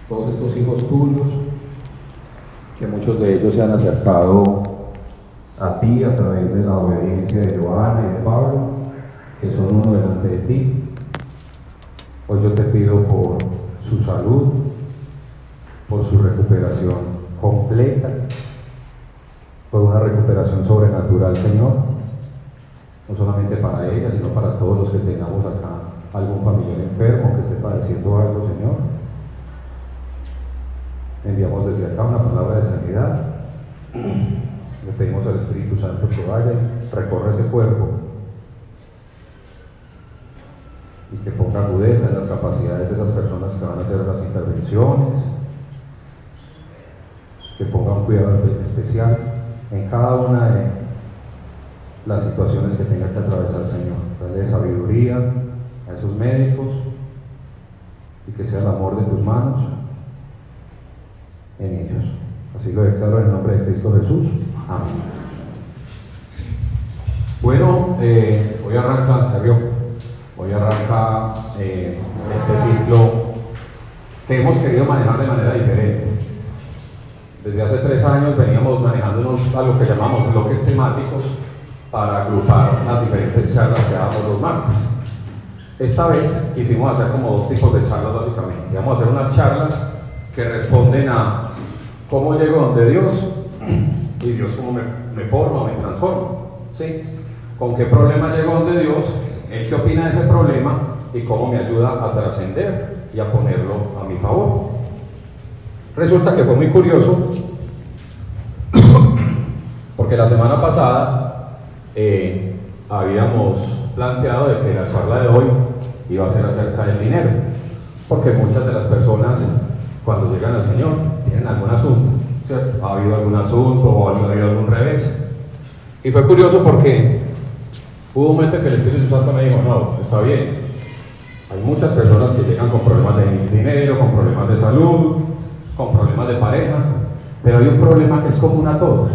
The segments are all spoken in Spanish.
todos estos hijos tuyos, que muchos de ellos se han acercado a ti a través de la obediencia de Joana y de Pablo, que son uno delante de ti. Hoy yo te pido por su salud, por su recuperación completa, por una recuperación sobrenatural, Señor, no solamente para ella, sino para todos los que tengamos acá algún familiar enfermo que esté padeciendo algo, Señor. Enviamos desde acá una palabra de sanidad. Le pedimos al Espíritu Santo que vaya y recorra ese cuerpo y que ponga agudeza en las capacidades de las personas que van a hacer las intervenciones, que ponga un cuidado especial en cada una de las situaciones que tenga que atravesar, Señor. Dale sabiduría a esos médicos y que sea el amor de tus manos en ellos. Así lo declaro en el nombre de Cristo Jesús. Amén. Bueno, hoy arranca, en serio, hoy arranca este ciclo que hemos querido manejar de manera diferente. Desde hace 3 años veníamos manejándonos a lo que llamamos bloques temáticos para agrupar las diferentes charlas que damos los martes. Esta vez quisimos hacer como 2 tipos de charlas básicamente. Vamos a hacer unas charlas que responden a cómo llego donde Dios y Dios cómo me forma, me transforma, ¿sí? Con qué problema llego donde Dios, Él qué opina de ese problema y cómo me ayuda a trascender y a ponerlo a mi favor. Resulta que fue muy curioso porque la semana pasada habíamos planteado de que la charla de hoy iba a ser acerca del dinero, porque muchas de las personas cuando llegan al Señor tienen algún asunto, ¿cierto? Ha habido algún asunto o ha habido algún revés. Y fue curioso porque hubo un momento en que el Espíritu Santo me dijo: no, está bien, hay muchas personas que llegan con problemas de dinero, con problemas de salud, con problemas de pareja, pero hay un problema que es común a todos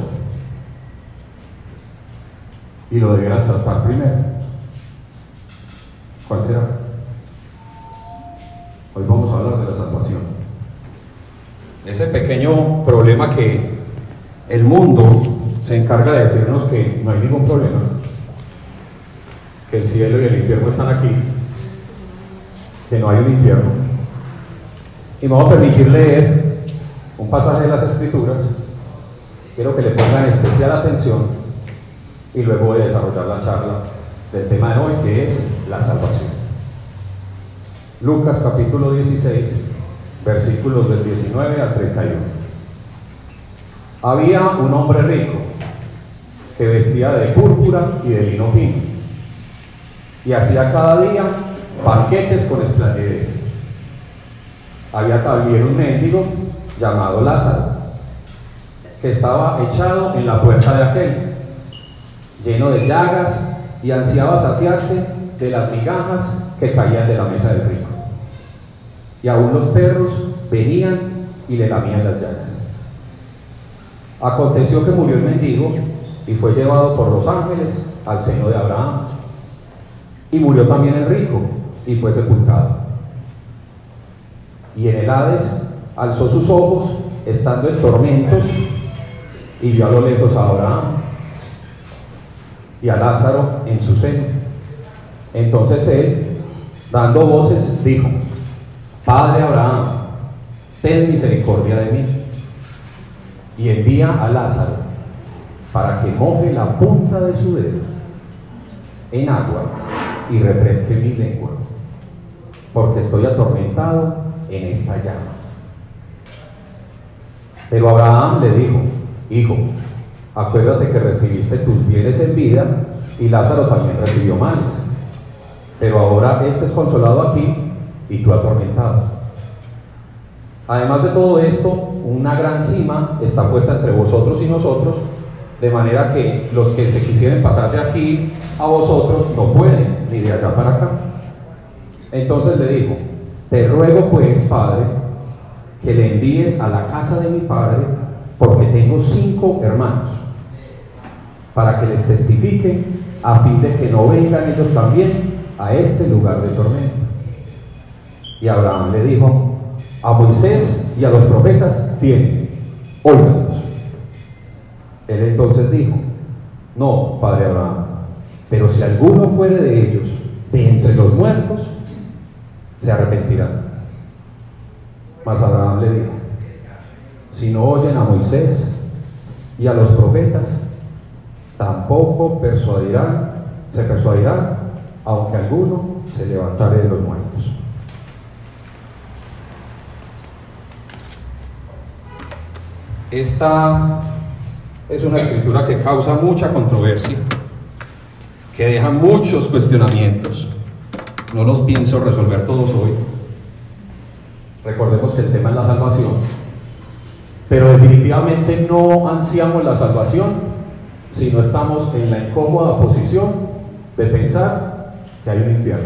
y lo debieras tratar primero. ¿Cuál será? Hoy vamos a hablar de la salvación. Ese pequeño problema que el mundo se encarga de decirnos que no hay ningún problema, que el cielo y el infierno están aquí, que no hay un infierno. Y me voy a permitir leer un pasaje de las Escrituras. Quiero que le pongan especial atención y luego voy a desarrollar la charla del tema de hoy, que es la salvación. Lucas capítulo 16, versículos del 19 al 31. Había un hombre rico que vestía de púrpura y de lino fino y hacía cada día banquetes con esplendidez. Había también un mendigo llamado Lázaro, que estaba echado en la puerta de aquel, lleno de llagas, y ansiaba saciarse de las migajas que caían de la mesa del rico. Y aún los perros venían y le lamían las llagas. Aconteció que murió el mendigo y fue llevado por los ángeles al seno de Abraham. Y murió también el rico y fue sepultado. Y en el Hades alzó sus ojos, estando en tormentos, y vio a lo lejos a Abraham y a Lázaro en su seno. Entonces él, dando voces, dijo: Padre Abraham, ten misericordia de mí, y envía a Lázaro para que moje la punta de su dedo en agua y refresque mi lengua, porque estoy atormentado en esta llama. Pero Abraham le dijo: Hijo, acuérdate que recibiste tus bienes en vida y Lázaro también recibió males, pero ahora este es consolado aquí y tú atormentado. Además de todo esto, una gran cima está puesta entre vosotros y nosotros, de manera que los que se quisieren pasar de aquí a vosotros no pueden, ni de allá para acá. Entonces le dijo: Te ruego pues, Padre, que le envíes a la casa de mi padre, porque tengo 5 hermanos, para que les testifique, a fin de que no vengan ellos también a este lugar de tormento. Y Abraham le dijo: a Moisés y a los profetas tienen, óiganlos. Él entonces dijo: no, padre Abraham, pero si alguno fuere de ellos, de entre los muertos, se arrepentirán. Mas Abraham le dijo: si no oyen a Moisés y a los profetas, tampoco se persuadirán, aunque alguno se levantare de los muertos. Esta es una escritura que causa mucha controversia, que deja muchos cuestionamientos. No los pienso resolver todos hoy. Recordemos que el tema es la salvación, pero definitivamente no ansiamos la salvación si no estamos en la incómoda posición de pensar que hay un infierno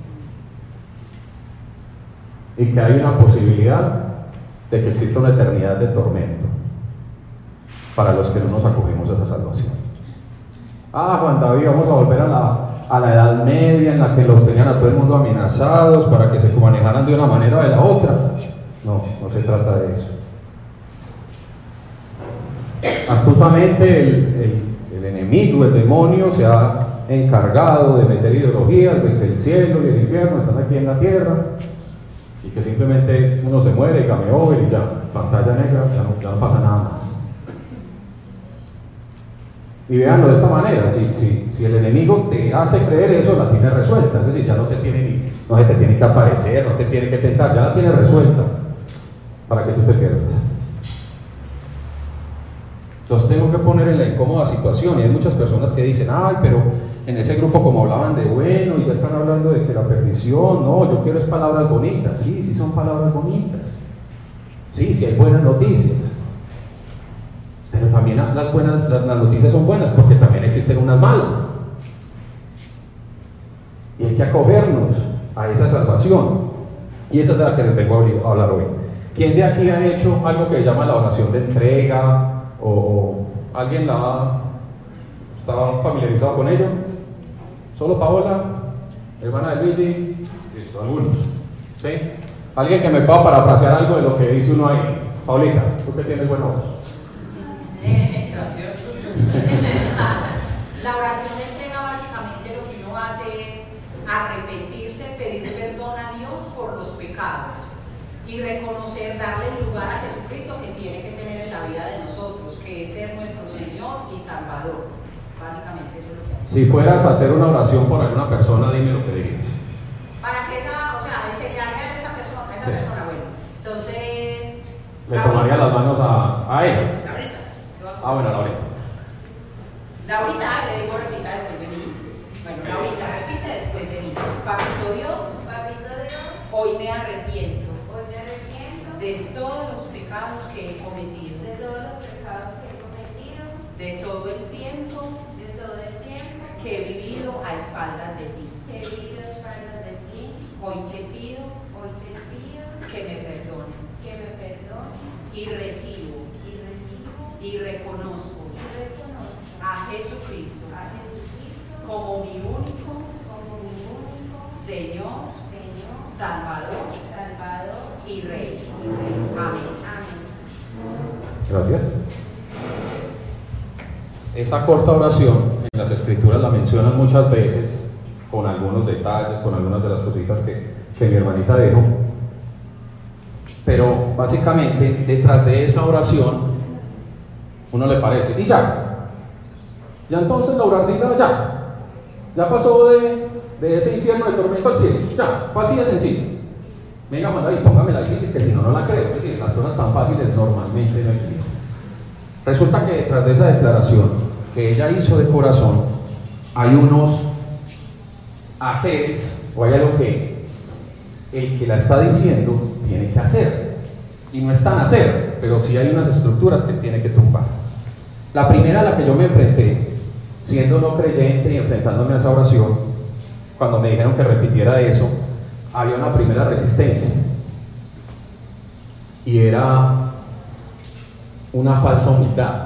y que hay una posibilidad de que exista una eternidad de tormento para los que no nos acogemos a esa salvación. Juan David, vamos a volver a la Edad Media en la que los tenían a todo el mundo amenazados para que se manejaran de una manera o de la otra. No se trata de eso. Astutamente el enemigo, el demonio, se ha encargado de meter ideologías de que el cielo y el infierno están aquí en la tierra y que simplemente uno se muere, game over y ya, pantalla negra, ya no pasa nada más. Y véanlo de esta manera: si el enemigo te hace creer eso, la tiene resuelta. Es decir, ya no se te tiene que aparecer, no te tiene que tentar, ya la tiene resuelta para que tú te pierdas. Los tengo que poner en la incómoda situación, y hay muchas personas que dicen: pero en ese grupo como hablaban de bueno y ya están hablando de que la perdición, no, yo quiero es palabras bonitas. Sí son palabras bonitas, sí hay buenas noticias, pero también las noticias son buenas porque también existen unas malas, y hay que acogernos a esa salvación, y esa es de la que les vengo a hablar hoy. ¿Quién de aquí ha hecho algo que se llama la oración de entrega? ¿O alguien estaba familiarizado con ello? ¿Solo Paola? ¿Hermana de Luigi? Listo, algunos. ¿Sí? ¿Alguien que me pueda parafrasear algo de lo que dice uno ahí? Paulita, tú que tienes buena voz. Gracioso. La oración de entrega, básicamente lo que uno hace es arrepentirse, pedir perdón a Dios por los pecados y reconocer, darle el lugar a Jesucristo que tiene que tener en la vida de nosotros, que es ser nuestro Señor y Salvador. Básicamente eso es lo que hace. Si fueras a hacer una oración por alguna persona, dime lo que dirías. Para que enseñarle a esa persona, Sí. bueno. Entonces, Le tomaría las manos a ella. Bueno, Laurita. Laurita, le digo repita después de mí. Bueno, Laurita, repite después de mí. Papito Dios, hoy me arrepiento de todos los pecados que he cometido, de todo el tiempo que he vivido a espaldas de ti. Hoy te pido que me perdones y recibo y reconozco a Jesucristo como mi único Señor, Salvador y Rey. Amén. Gracias. Esa corta oración en las escrituras la mencionan muchas veces, con algunos detalles, con algunas de las cositas que mi hermanita dijo, pero básicamente detrás de esa oración uno le parece: y ya entonces la oración ya pasó de ese infierno de tormento al cielo, ya, fue así de sencillo. Venga, manda y póngame la difícil, que si no la creo. Es decir, las cosas tan fáciles normalmente no existen. Resulta que detrás de esa declaración que ella hizo de corazón hay unos haceres, o hay algo que el que la está diciendo tiene que hacer, y no es tan hacer, pero sí hay unas estructuras que tiene que tumbar. La primera a la que yo me enfrenté, siendo no creyente y enfrentándome a esa oración, cuando me dijeron que repitiera eso, había una primera resistencia, y era una falsa humildad.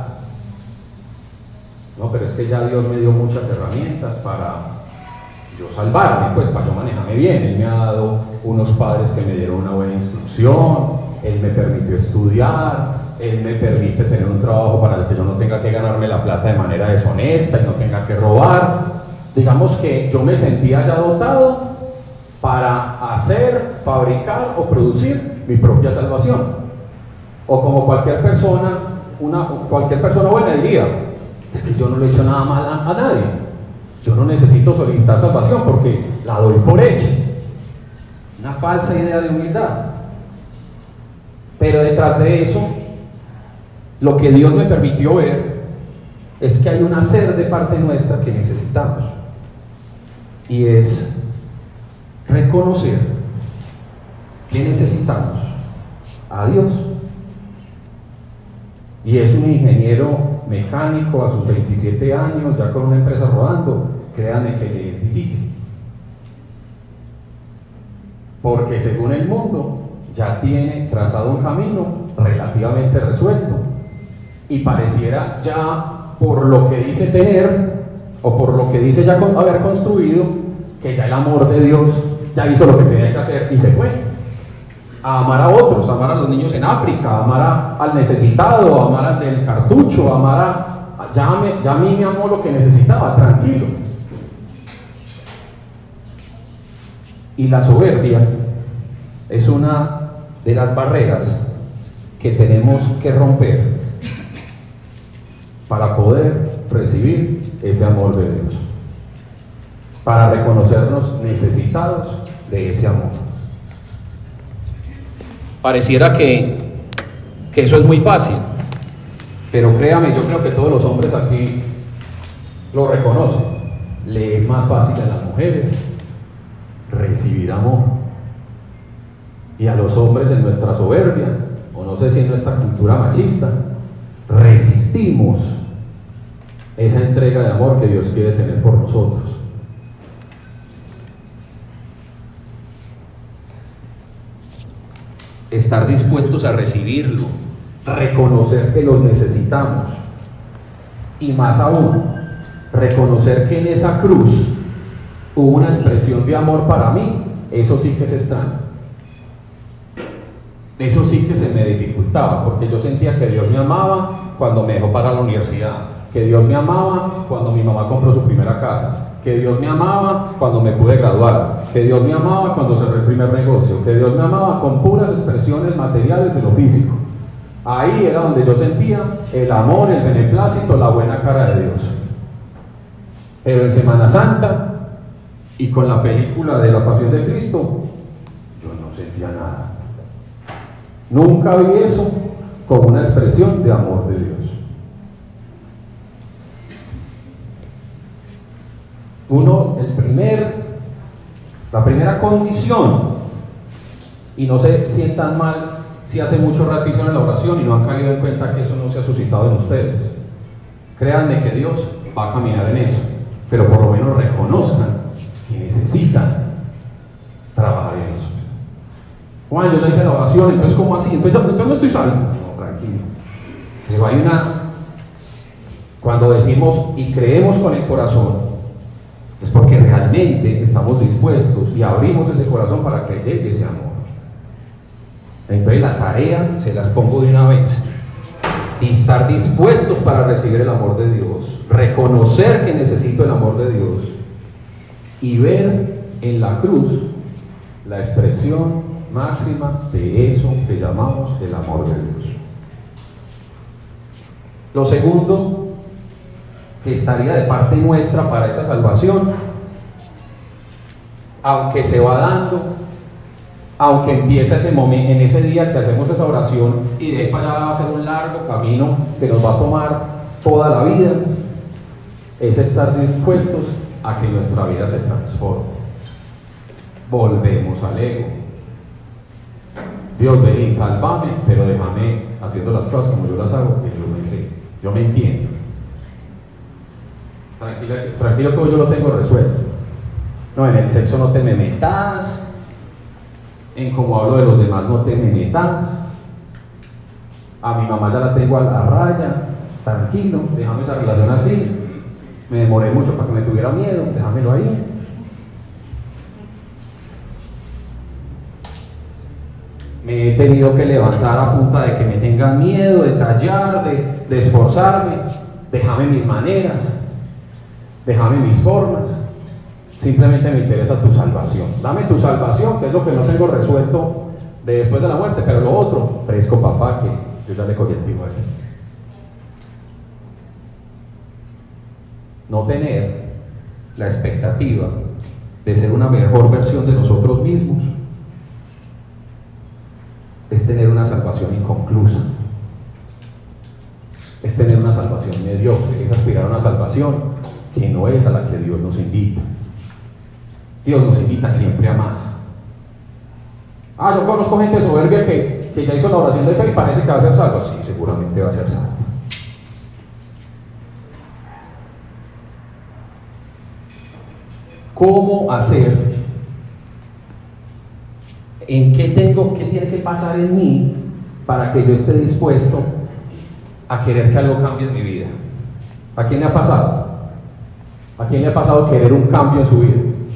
No, pero es que ya Dios me dio muchas herramientas para yo salvarme, pues para yo manejarme bien. Él me ha dado unos padres que me dieron una buena instrucción, me permitió estudiar, Él me permite tener un trabajo para el que yo no tenga que ganarme la plata de manera deshonesta y no tenga que robar. Digamos que yo me sentía ya dotado para hacer, fabricar o producir mi propia salvación. O como cualquier persona buena diría, es que yo no le he hecho nada mal a nadie, yo no necesito solicitar salvación porque la doy por hecha. Una falsa idea de humildad. Pero detrás de eso, lo que Dios me permitió ver es que hay un hacer de parte nuestra que necesitamos, y es reconocer que necesitamos a Dios. Y es un ingeniero mecánico a sus 27 años, ya con una empresa rodando, créanme que le es difícil, porque según el mundo ya tiene trazado un camino relativamente resuelto, y pareciera ya, por lo que dice tener, o por lo que dice ya haber construido, que ya el amor de Dios ya hizo lo que tenía que hacer y se fue a amar a otros, a amar a los niños en África, a amar al necesitado, a amar al del cartucho, a amar ya a mí me amó lo que necesitaba, tranquilo. Y la soberbia es una de las barreras que tenemos que romper para poder recibir ese amor de Dios, para reconocernos necesitados de ese amor. Pareciera que eso es muy fácil, pero créame, yo creo que todos los hombres aquí lo reconocen. Le es más fácil a las mujeres recibir amor, y a los hombres en nuestra soberbia, o no sé si en nuestra cultura machista, resistimos esa entrega de amor que Dios quiere tener por nosotros. Estar dispuestos a recibirlo, reconocer que los necesitamos, y más aún, reconocer que en esa cruz hubo una expresión de amor para mí. Eso sí que es extraño. Eso sí que se me dificultaba, porque yo sentía que Dios me amaba cuando me dejó para la universidad, que Dios me amaba cuando mi mamá compró su primera casa, que Dios me amaba cuando me pude graduar, que Dios me amaba cuando cerré el primer negocio, que Dios me amaba con puras expresiones materiales de lo físico. Ahí era donde yo sentía el amor, el beneplácito, la buena cara de Dios. Pero en Semana Santa y con la película de la Pasión de Cristo, yo no sentía nada. Nunca vi eso como una expresión de amor de Dios. La primera condición, y no se sientan mal si hace mucho rato hicieron la oración y no han caído en cuenta que eso no se ha suscitado en ustedes. Créanme que Dios va a caminar en eso, pero por lo menos reconozcan que necesitan trabajar en eso. Juan, yo ya hice la oración, entonces ¿cómo así? Entonces no estoy salvo. No, tranquilo. Pero cuando decimos y creemos con el corazón, es porque realmente estamos dispuestos y abrimos ese corazón para que llegue ese amor. Entonces la tarea se las pongo de una vez: y estar dispuestos para recibir el amor de Dios, reconocer que necesito el amor de Dios, y ver en la cruz la expresión máxima de eso que llamamos el amor de Dios. Lo segundo que estaría de parte nuestra para esa salvación, aunque se va dando, aunque empieza ese momento, en ese día que hacemos esa oración, y de ahí para allá va a ser un largo camino que nos va a tomar toda la vida, es estar dispuestos a que nuestra vida se transforme. Volvemos al ego. Dios, ven y sálvame, pero déjame haciendo las cosas como yo las hago, que yo me sé, yo me entiendo. Tranquilo que yo lo tengo resuelto. No, en el sexo no te me metas, en cómo hablo de los demás no te me metas, a mi mamá ya la tengo a la raya, tranquilo, déjame esa relación así, me demoré mucho para que me tuviera miedo, déjamelo ahí. me he tenido que levantar a punta de que me tengan miedo, de tallar, de esforzarme. Déjame mis maneras, déjame mis formas. Simplemente me interesa tu salvación. Dame tu salvación, que es lo que no tengo resuelto de después de la muerte, pero lo otro, fresco papá, que yo ya le cogí el tiro a esto. No tener la expectativa de ser una mejor versión de nosotros mismos es tener una salvación inconclusa, es tener una salvación mediocre, es aspirar a una salvación que no es a la que Dios nos invita. Dios nos invita siempre a más. Yo conozco gente soberbia que ya hizo la oración de fe y parece que va a ser salvo. Sí, seguramente va a ser salvo. ¿Cómo hacer? ¿En qué tiene que pasar en mí para que yo esté dispuesto a querer que algo cambie en mi vida? ¿A quién le ha pasado? ¿A quién le ha pasado querer un cambio en su vida?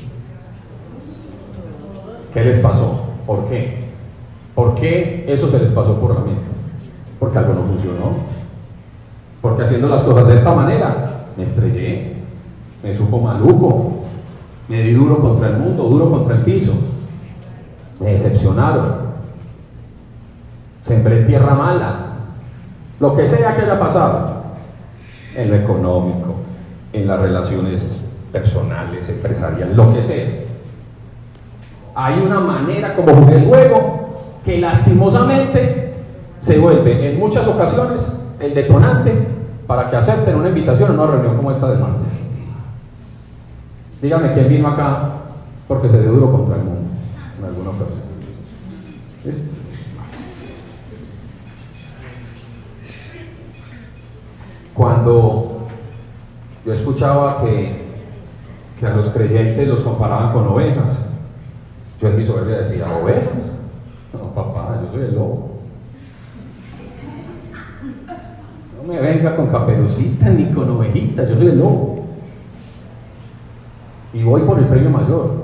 ¿Qué les pasó? ¿Por qué? ¿Por qué eso se les pasó por la mente? Porque algo no funcionó. Porque haciendo las cosas de esta manera me estrellé, me supo maluco, me di duro contra el mundo, duro contra el piso, me decepcionaron, sembré tierra mala, lo que sea que haya pasado, en lo económico, en las relaciones personales, empresariales, lo que sea. Hay una manera como jugué el juego que lastimosamente se vuelve en muchas ocasiones el detonante para que acepten una invitación a una reunión como esta de martes. Dígame quién vino acá porque se dio duro contra el mundo en alguna ocasión. ¿Listo? Cuando yo escuchaba que a los creyentes los comparaban con ovejas, yo en mi soberbia decía, ¿ovejas? No, papá, yo soy el lobo. No me venga con caperucita ni con ovejita, yo soy el lobo. Y voy por el premio mayor.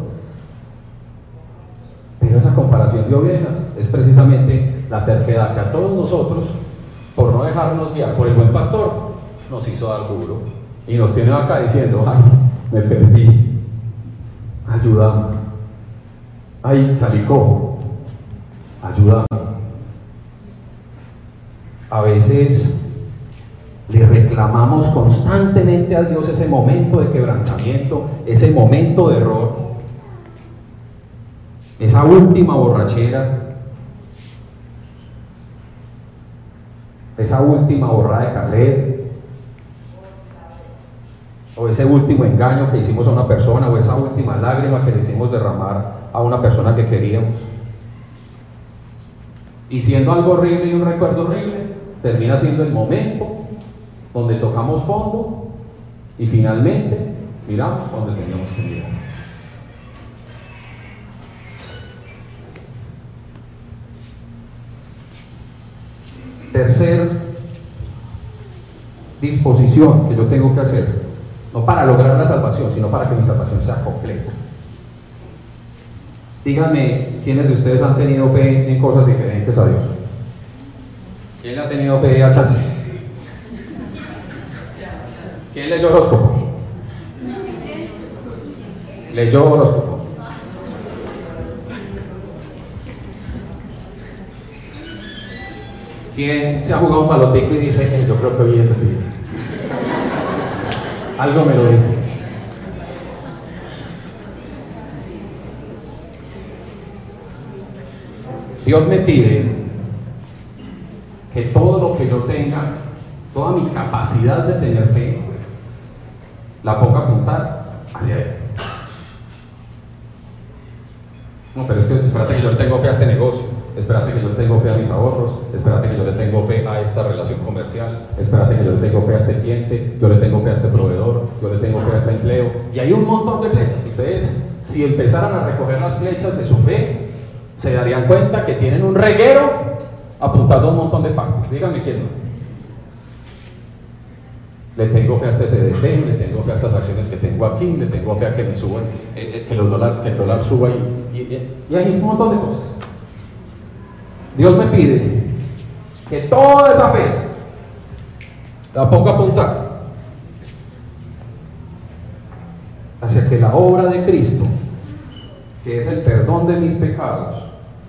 Pero esa comparación de ovejas es precisamente la terquedad que a todos nosotros, por no dejarnos guiar por el buen pastor, nos hizo dar duro. Y nos tiene acá diciendo, ay, me perdí, ayúdame. Ay, salí cojo, ayúdame. A veces le reclamamos constantemente a Dios ese momento de quebrantamiento, ese momento de error, esa última borrachera, esa última borrada de cassette, o ese último engaño que hicimos a una persona, o esa última lágrima que le hicimos derramar a una persona que queríamos. Y siendo algo horrible y un recuerdo horrible, termina siendo el momento donde tocamos fondo y finalmente miramos donde teníamos que mirar. Tercer disposición que yo tengo que hacer, no para lograr la salvación, sino para que mi salvación sea completa. Díganme, ¿quiénes de ustedes han tenido fe en cosas diferentes a Dios? ¿Quién le ha tenido fe a chance? ¿Quién leyó horóscopo? ¿Leyó horóscopo? ¿Quién se ha jugado un palotico y dice, yo creo que hoy es el día? Algo me lo dice. Dios me pide que todo lo que yo tenga, toda mi capacidad de tener fe, la ponga a apuntar hacia Él. No, pero es que espérate que yo le tengo fe a este negocio, espérate que yo le tengo fe a mis ahorros, espérate que yo le tengo fe a esta relación comercial, espérate que yo le tengo fe a este cliente, yo le tengo fe a este proveedor, yo le tengo fe a este empleo. Y hay un montón de flechas. Ustedes, si empezaran a recoger las flechas de su fe, se darían cuenta que tienen un reguero apuntado a un montón de partes. Díganme quién no. Le tengo fe a este CDT, le tengo fe a estas acciones que tengo aquí, le tengo fe a que me suban, que el dólar suba y hay un montón de cosas. Dios me pide que toda esa fe la ponga a apuntar hacia que la obra de Cristo, que es el perdón de mis pecados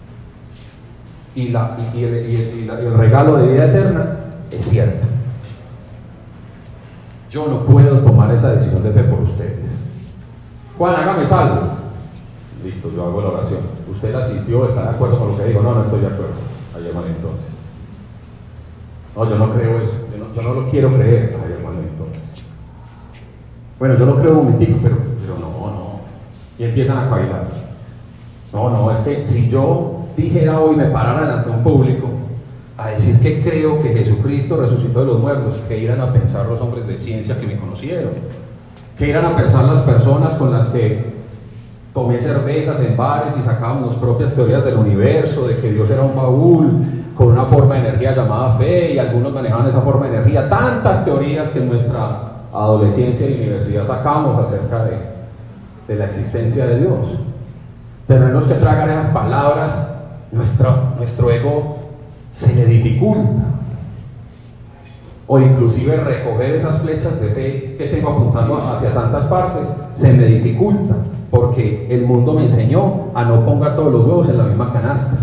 y el regalo de vida eterna, es cierta. Yo no puedo tomar esa decisión de fe por ustedes. Juan, hágame salvo. Listo, yo hago la oración. Usted la sintió, está de acuerdo con lo que digo. No, no estoy de acuerdo. Ay, hermano, entonces. No, yo no creo eso. Yo no lo quiero creer. Ay, hermano, entonces. Bueno, yo lo creo un momentico, pero no. Y empiezan a cavilar. No, es que si yo dijera hoy, me parara delante de un público a decir que creo que Jesucristo resucitó de los muertos, que irán a pensar los hombres de ciencia que me conocieron, que irán a pensar las personas con las que tomé cervezas en bares y sacábamos propias teorías del universo, de que Dios era un baúl con una forma de energía llamada fe, y algunos manejaban esa forma de energía. Tantas teorías que en nuestra adolescencia y universidad sacamos acerca de la existencia de Dios. Tenemos que tragar esas palabras. Nuestro ego se le dificulta, o inclusive recoger esas flechas de fe que tengo apuntando hacia tantas partes se me dificulta, porque el mundo me enseñó a no pongar todos los huevos en la misma canasta.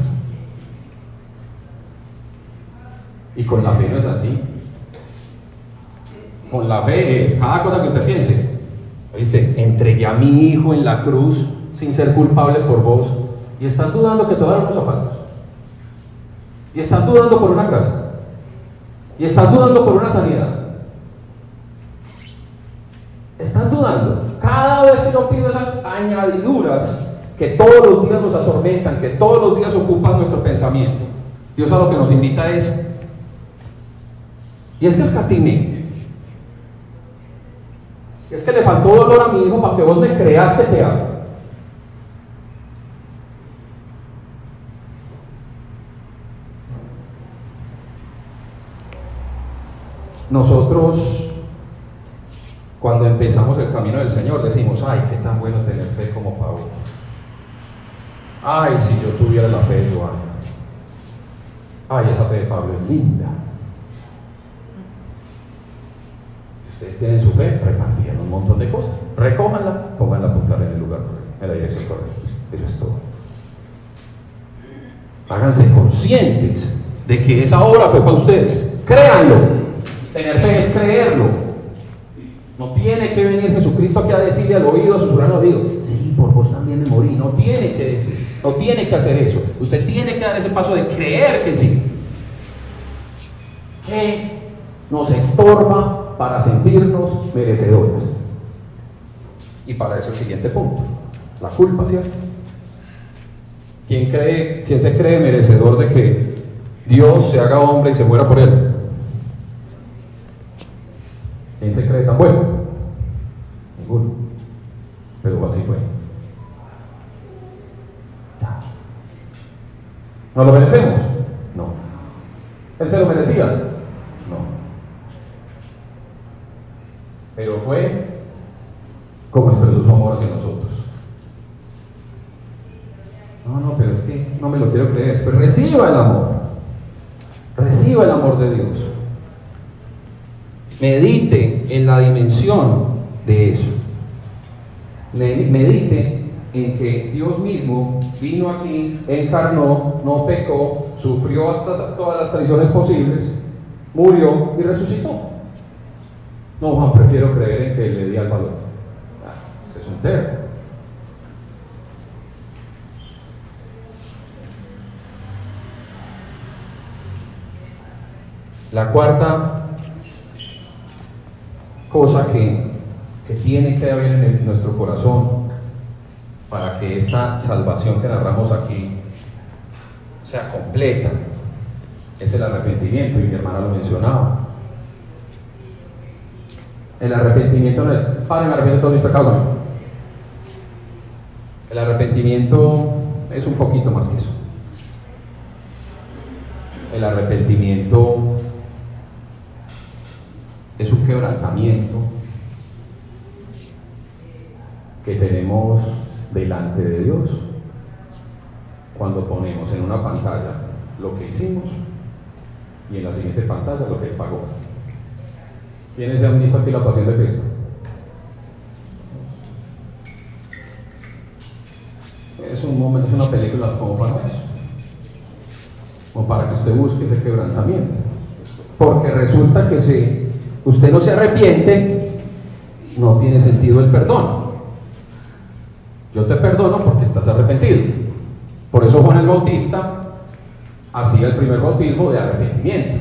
Y con la fe no es así. Con la fe es cada cosa que usted piense. ¿Viste? Entregué a mi hijo en la cruz sin ser culpable por vos, y estás dudando que te voy a dar unos zapatos, y estás dudando por una casa, y estás dudando por una sanidad, estás dudando. Cada vez que yo pido esas añadiduras que todos los días nos atormentan, que todos los días ocupan nuestro pensamiento, Dios a lo que nos invita es, y es que escatimé, y es que le faltó dolor a mi hijo para que vos me creas que te amo. Nosotros, cuando empezamos el camino del Señor, decimos: ay, qué tan bueno tener fe como Pablo. Ay, si yo tuviera la fe de Joana. Ay, esa fe de Pablo es linda. Ustedes tienen su fe, repartían un montón de cosas. Recójanla, pónganla a apuntar en el lugar correcto, en la dirección correcta. Eso es todo. Háganse conscientes de que esa obra fue para ustedes. Créanlo. Tener fe es creerlo. No tiene que venir Jesucristo aquí a decirle al oído, a susurrar al oído: sí, por vos también me morí. No tiene que decir, no tiene que hacer eso. Usted tiene que dar ese paso de creer que sí. Que nos estorba para sentirnos merecedores. Y para eso el siguiente punto: la culpa, ¿cierto? ¿Quién se cree merecedor de que Dios se haga hombre y se muera por él? ¿Quién se cree tan bueno? Ninguno. Pero así fue. ¿No lo merecemos? No. ¿Él se lo merecía? No. Pero fue como expresó su amor hacia nosotros. No, pero es que no me lo quiero creer. Pero reciba el amor. Reciba el amor de Dios. Medite en la dimensión de eso. Medite en que Dios mismo vino aquí, encarnó, no pecó, sufrió hasta todas las traiciones posibles, murió y resucitó. No, Juan, prefiero creer en que le di al valor. Es un terco. La cuarta cosa que tiene que haber en nuestro corazón para que esta salvación que narramos aquí sea completa es el arrepentimiento, y mi hermana lo mencionaba. El arrepentimiento no es: Padre, me arrepiento de todos mis pecados. No. El arrepentimiento es un poquito más que eso. El arrepentimiento es un quebrantamiento que tenemos delante de Dios cuando ponemos en una pantalla lo que hicimos y en la siguiente pantalla lo que Él pagó. ¿Quiénes han visto aquí la Pasión de Cristo? Es una película como para eso, como para que usted busque ese quebrantamiento, porque resulta que si usted no se arrepiente, no tiene sentido el perdón. Yo te perdono porque estás arrepentido. Por eso Juan el Bautista hacía el primer bautismo de arrepentimiento.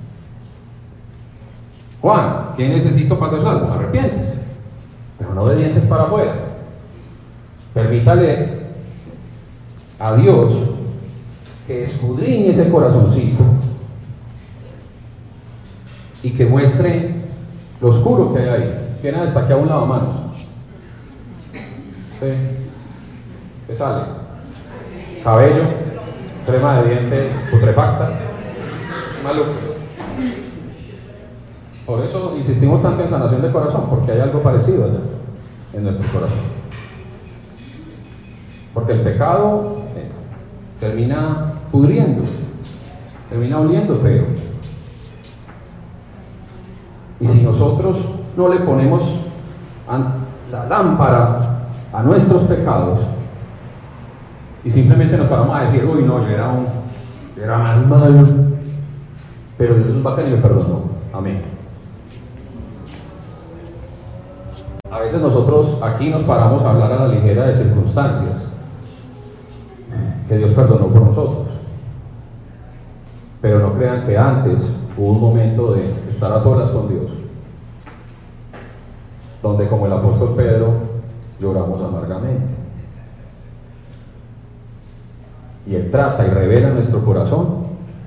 Juan, ¿qué necesito para ser salvo? Arrepiéntese, pero no de dientes para afuera. Permítale a Dios que escudriñe ese corazoncito y que muestre lo oscuro que hay ahí. ¿Quién está aquí a un lavamanos? ¿Sí? ¿Qué sale? Cabello, crema de dientes putrefacta, maluco. Por eso insistimos tanto en sanación de corazón, porque hay algo parecido allá en nuestro corazón. Porque el pecado termina pudriendo, termina oliendo feo. Y si nosotros no le ponemos la lámpara a nuestros pecados y simplemente nos paramos a decir, uy, no, yo era más malo, pero Dios es bacán y me perdonó. Amén. A veces nosotros aquí nos paramos a hablar a la ligera de circunstancias que Dios perdonó por nosotros, pero no crean que antes hubo un momento de estar a solas con Dios, donde como el apóstol Pedro lloramos amargamente, y Él trata y revela en nuestro corazón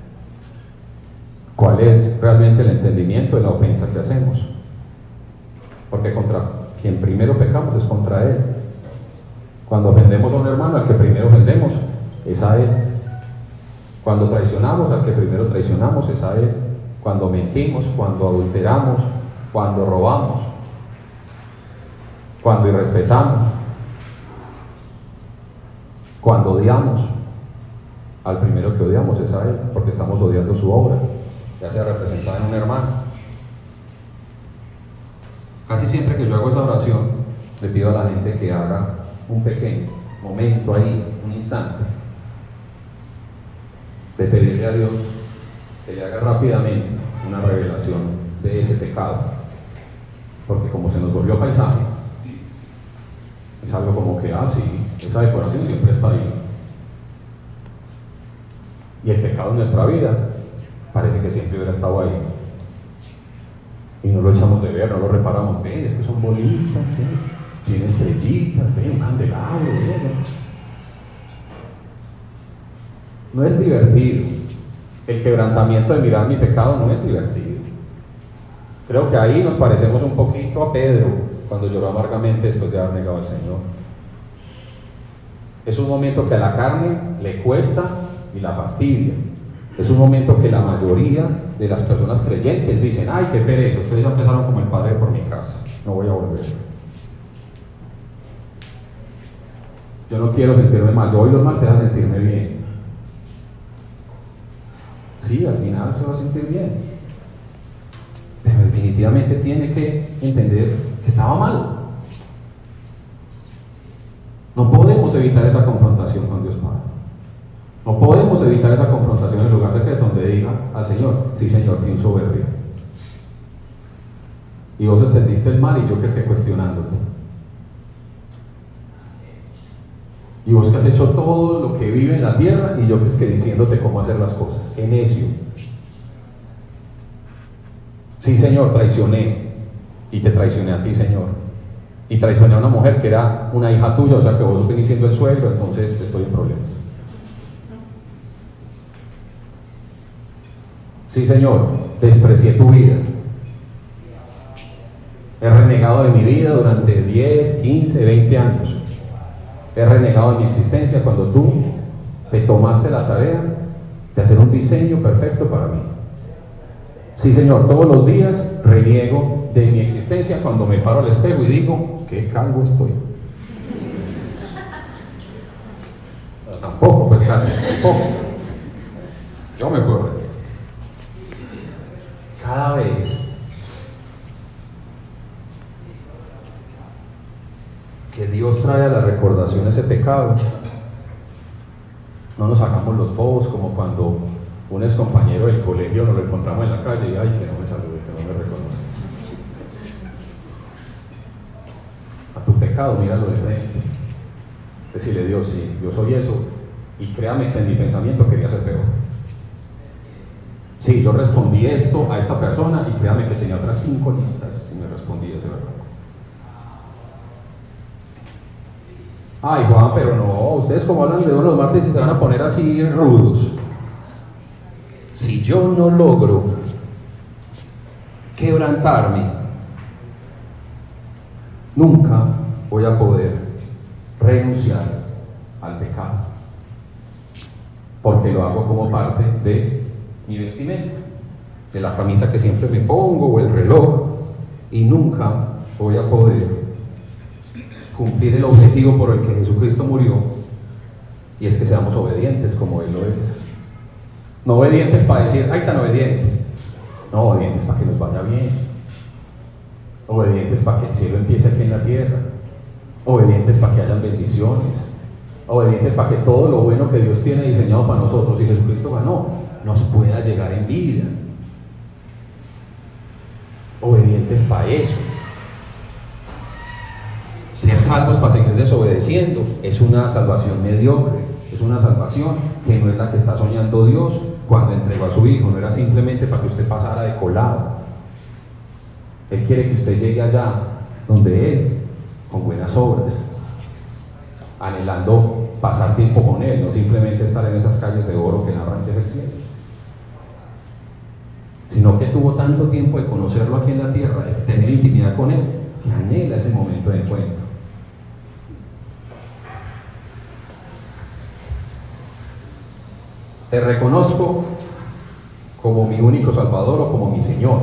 cuál es realmente el entendimiento de la ofensa que hacemos, porque contra quien primero pecamos es contra Él. Cuando ofendemos a un hermano, al que primero ofendemos es a Él. Cuando traicionamos, al que primero traicionamos es a Él. Cuando mentimos, cuando adulteramos, cuando robamos, cuando irrespetamos, cuando odiamos, al primero que odiamos es a Él, porque estamos odiando su obra, ya sea representada en un hermano. Casi siempre que yo hago esa oración, le pido a la gente que haga un pequeño momento ahí, un instante, de pedirle a Dios que le haga rápidamente una revelación de ese pecado, porque como se nos volvió paisaje, es algo como que, sí, esa decoración siempre está ahí, y el pecado en nuestra vida parece que siempre hubiera estado ahí, y no lo echamos de ver, no lo reparamos. Ven, es que son bolitas, ¿sí? Tiene estrellitas, ven, un candelabro, ven. No es divertido. El quebrantamiento de mirar mi pecado no es divertido. Creo que ahí nos parecemos un poquito a Pedro cuando lloró amargamente después de haber negado al Señor. Es un momento que a la carne le cuesta y la fastidia. Es un momento que la mayoría de las personas creyentes dicen, ay, qué pereza, ustedes ya empezaron como el padre por mi casa, no voy a volver. Yo no quiero sentirme mal, yo hoy los mal te hace sentirme bien. Sí, al final se va a sentir bien, pero definitivamente tiene que entender que estaba mal. No podemos evitar esa confrontación con Dios Padre. No podemos evitar esa confrontación en el lugar secreto donde diga al Señor, sí Señor, fui un soberbio. Y vos extendiste el mal y yo que esté cuestionándote. Y vos que has hecho todo lo que vive en la tierra y yo que esté diciéndote cómo hacer las cosas. ¡Qué necio! Sí Señor, traicioné. Y te traicioné a ti, Señor. Y traicioné a una mujer que era una hija tuya, o sea que vos venís siendo el suegro, entonces estoy en problemas. Sí, Señor, desprecié tu vida. He renegado de mi vida durante 10, 15, 20 años. He renegado de mi existencia cuando tú te tomaste la tarea de hacer un diseño perfecto para mí. Sí, Señor, todos los días reniego de mi existencia cuando me paro al espejo y digo, qué calvo estoy. Pero tampoco, pues, tampoco. Yo me puedo reír. Cada vez que Dios trae a la recordación ese pecado, no nos hagamos los bobos como cuando un ex compañero del colegio nos lo encontramos en la calle y ay, que no me salude, que no me reconoce. A tu pecado, míralo de frente. Decirle, Dios, sí, yo soy eso, y créame que en mi pensamiento quería ser peor. Sí, yo respondí esto a esta persona y créame que tenía otras 5 listas y me respondí ese verdad. Ay, Juan, pero no, ustedes como hablan de los martes y se van a poner así rudos. Si yo no logro quebrantarme, nunca voy a poder renunciar al pecado, porque lo hago como parte de mi vestimenta, de la camisa que siempre me pongo o el reloj, y nunca voy a poder cumplir el objetivo por el que Jesucristo murió, y es que seamos obedientes como Él lo es. No obedientes para decir, ay, tan obediente. No, obedientes para que nos vaya bien. Obedientes para que el cielo empiece aquí en la tierra. Obedientes para que hayan bendiciones. Obedientes para que todo lo bueno que Dios tiene diseñado para nosotros y Jesucristo ganó, nos pueda llegar en vida. Obedientes para eso. Ser salvos para seguir desobedeciendo es una salvación mediocre, es una salvación que no es la que está soñando Dios cuando entregó a su Hijo. No era simplemente para que usted pasara de colado. Él quiere que usted llegue allá donde Él, con buenas obras, anhelando pasar tiempo con Él, no simplemente estar en esas calles de oro que narran que es el cielo, sino que tuvo tanto tiempo de conocerlo aquí en la tierra, de tener intimidad con Él, que anhela ese momento de encuentro. Te reconozco como mi único Salvador o como mi Señor.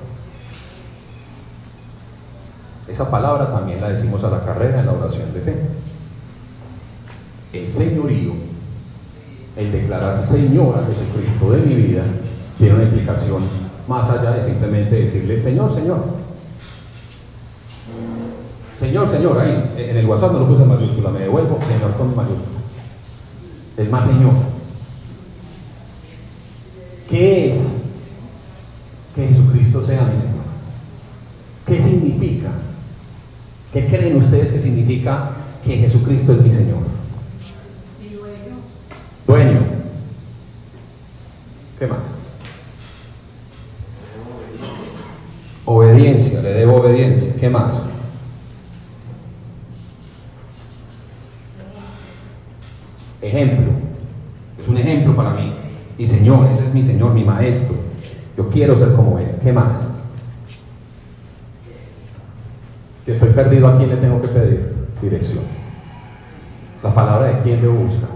Esa palabra también la decimos a la carrera en la oración de fe. El señorío, el declarar Señor a Jesucristo de mi vida, tiene una implicación más allá de simplemente decirle Señor, Señor. Señor, Señor, ahí en el WhatsApp no lo puse en mayúscula, me devuelvo Señor con mayúscula. Es más Señor. ¿Qué es que Jesucristo sea mi Señor? ¿Qué significa? ¿Qué creen ustedes que significa que Jesucristo es mi Señor? Dueño. ¿Qué más? Obediencia, le debo obediencia. ¿Qué más? Ejemplo. Es un ejemplo para mí. Y Señor, ese es mi Señor, mi Maestro. Yo quiero ser como Él. ¿Qué más? Si estoy perdido, ¿a quién le tengo que pedir dirección? La palabra de quién debo buscar.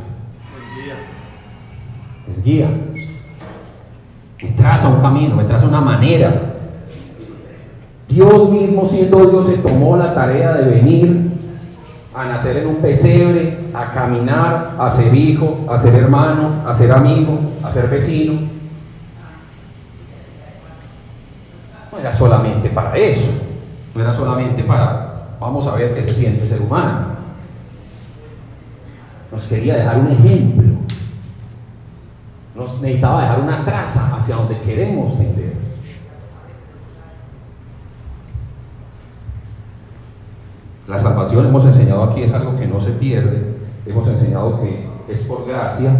Es guía. Me traza un camino, me traza una manera. Dios mismo, siendo Dios, se tomó la tarea de venir a nacer en un pesebre, a caminar, a ser hijo, a ser hermano, a ser amigo, a ser vecino. No era solamente para eso, no era solamente para, vamos a ver qué se siente ser humano. Nos quería dejar un ejemplo, nos necesitaba dejar una traza hacia donde queremos tender. La salvación, hemos enseñado aquí, es algo que no se pierde. Hemos enseñado que es por gracia,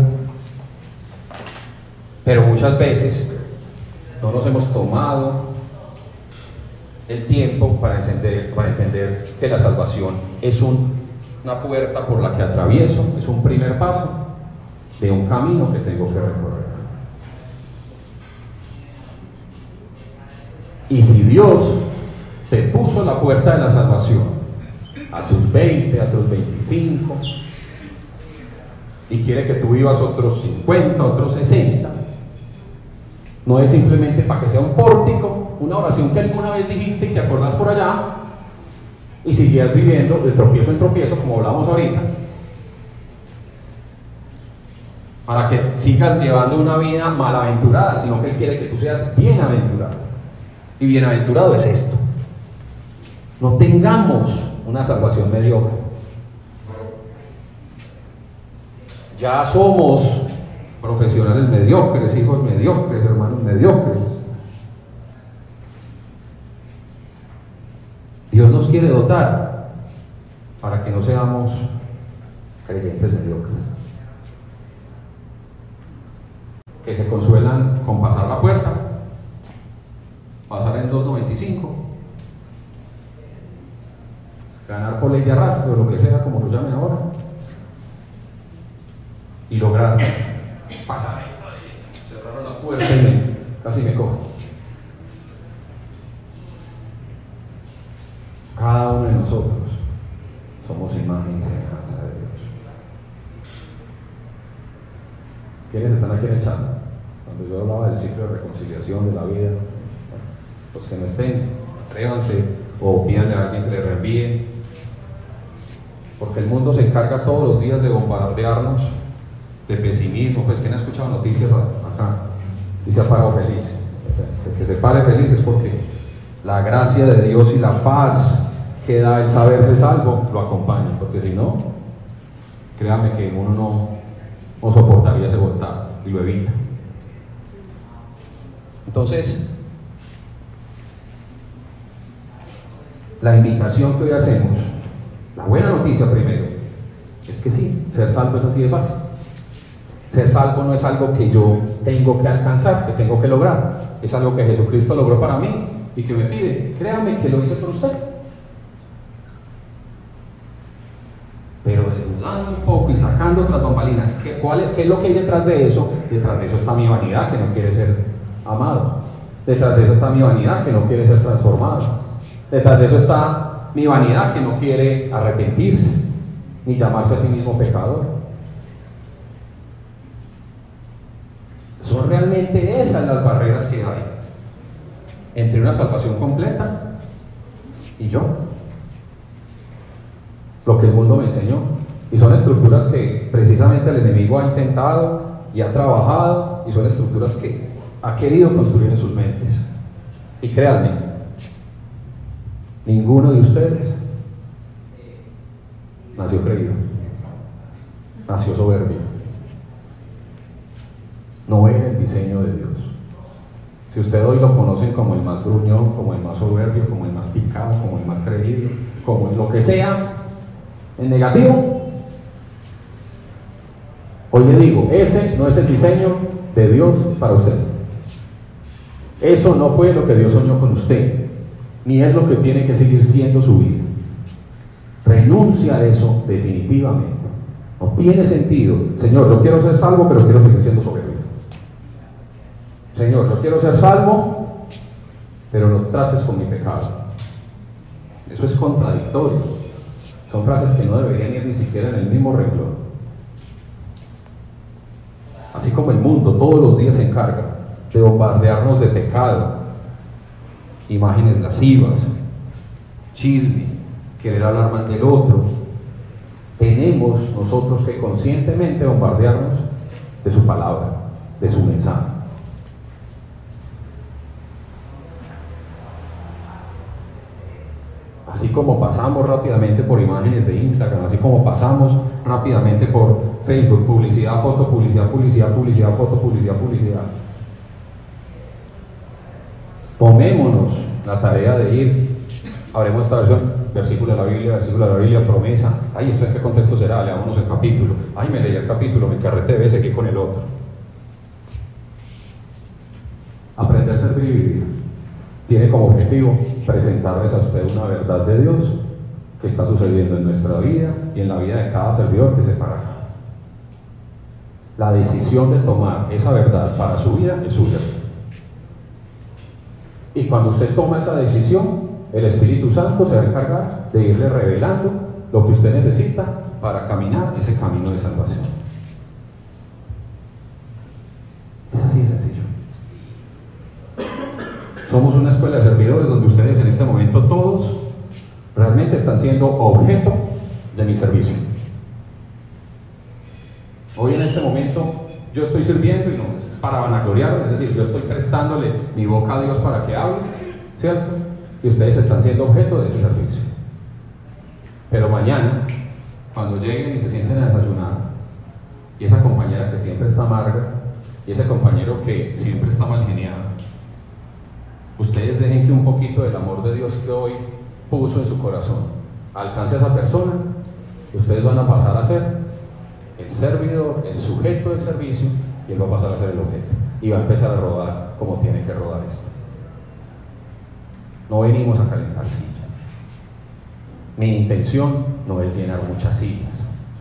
pero muchas veces no nos hemos tomado el tiempo para entender que la salvación es una puerta por la que atravieso, es un primer paso de un camino que tengo que recorrer. Y si Dios te puso la puerta de la salvación a tus 20, a tus 25, y quiere que tú vivas otros 50, otros 60, no es simplemente para que sea un pórtico, una oración que alguna vez dijiste y te acordás por allá, y sigues viviendo de tropiezo en tropiezo, como hablamos ahorita, para que sigas llevando una vida malaventurada, sino que Él quiere que tú seas bienaventurado. Y bienaventurado es esto: no tengamos una salvación mediocre. Ya somos profesionales mediocres, hijos mediocres, hermanos mediocres. Dios nos quiere dotar para que no seamos creyentes mediocres, que se consuelan con pasar la puerta, pasar en 2.95, ganar por ley de arrastre o lo que sea, como lo llamen ahora, y lograr pasar ahí. Cerraron la puerta y casi me cojo. Cada uno de nosotros somos imagen y semejanza de Dios. ¿Quiénes están aquí en el chat? Cuando yo hablaba del ciclo de reconciliación de la vida, los que no estén, atrévanse o pídanle a alguien que le reenvíe, porque el mundo se encarga todos los días de bombardearnos de pesimismo. Pues ¿quién ha escuchado noticias acá? Y se ha parado feliz. El que se pare feliz es porque la gracia de Dios y la paz que da el saberse salvo lo acompañan, porque si no, créame que uno no soportaría ese voltaje y lo evita. Entonces, la invitación que hoy hacemos, la buena noticia primero, es que sí, ser salvo es así de fácil. Ser salvo no es algo que yo tengo que alcanzar, que tengo que lograr, es algo que Jesucristo logró para mí y que me pide. Créame que lo hice por usted. Pero desnudando un poco y sacando otras bambalinas, ¿qué es lo que hay detrás de eso? Detrás de eso está mi vanidad, que no quiere ser amado. Detrás de eso está mi vanidad, que no quiere ser transformado. Detrás de eso está mi vanidad, que no quiere arrepentirse, ni llamarse a sí mismo pecador. Son realmente esas las barreras que hay entre una salvación completa y yo. Lo que el mundo me enseñó. Y son estructuras que precisamente el enemigo ha intentado y ha trabajado, y son estructuras que ha querido construir en sus mentes. Y créanme, ninguno de ustedes nació creído, nació soberbio. No es el diseño de Dios. Si usted hoy lo conocen como el más gruñón, como el más soberbio, como el más picado, como el más creído, como lo que sea, en negativo, hoy le digo, ese no es el diseño de Dios para usted. Eso no fue lo que Dios soñó con usted, ni es lo que tiene que seguir siendo su vida. Renuncia a eso definitivamente. No tiene sentido. Señor, yo quiero ser salvo, pero quiero seguir siendo soberbio. Señor, yo quiero ser salvo, pero no trates con mi pecado. Eso es contradictorio. Son frases que no deberían ir ni siquiera en el mismo renglón. Así como el mundo todos los días se encarga de bombardearnos de pecado, imágenes lascivas, chisme, querer hablar mal del otro, tenemos nosotros que conscientemente bombardearnos de su palabra, de su mensaje. Así como pasamos rápidamente por imágenes de Instagram, así como pasamos rápidamente por Facebook, publicidad, foto, publicidad, publicidad, publicidad, foto, publicidad, publicidad. Tomémonos la tarea de ir, abremos esta versión, versículo de la Biblia, promesa. Ay, ¿esto en qué contexto será? Leámonos el capítulo. Ay, me leí el capítulo, me carreteé, seguí con el otro. Aprender, servir y vivir tiene como objetivo presentarles a usted una verdad de Dios que está sucediendo en nuestra vida y en la vida de cada servidor que se para acá. La decisión de tomar esa verdad para su vida es suya. Y cuando usted toma esa decisión, el Espíritu Santo se va a encargar de irle revelando lo que usted necesita para caminar ese camino de salvación. Es así de sencillo. Somos una escuela de servidores donde ustedes en este momento todos realmente están siendo objeto de mi servicio. Hoy en este momento yo estoy sirviendo y no es para vanagloriarme, es decir, yo estoy prestándole mi boca a Dios para que hable, ¿cierto? Y ustedes están siendo objeto de ese servicio. Pero mañana, cuando lleguen y se sienten a desayunar, y esa compañera que siempre está amarga, y ese compañero que siempre está mal geniado, ustedes dejen que un poquito del amor de Dios que hoy puso en su corazón alcance a esa persona, y ustedes van a pasar a ser el servidor, el sujeto del servicio, y él va a pasar a ser el objeto, y va a empezar a rodar como tiene que rodar esto. No venimos a calentar sillas. Mi intención no es llenar muchas sillas.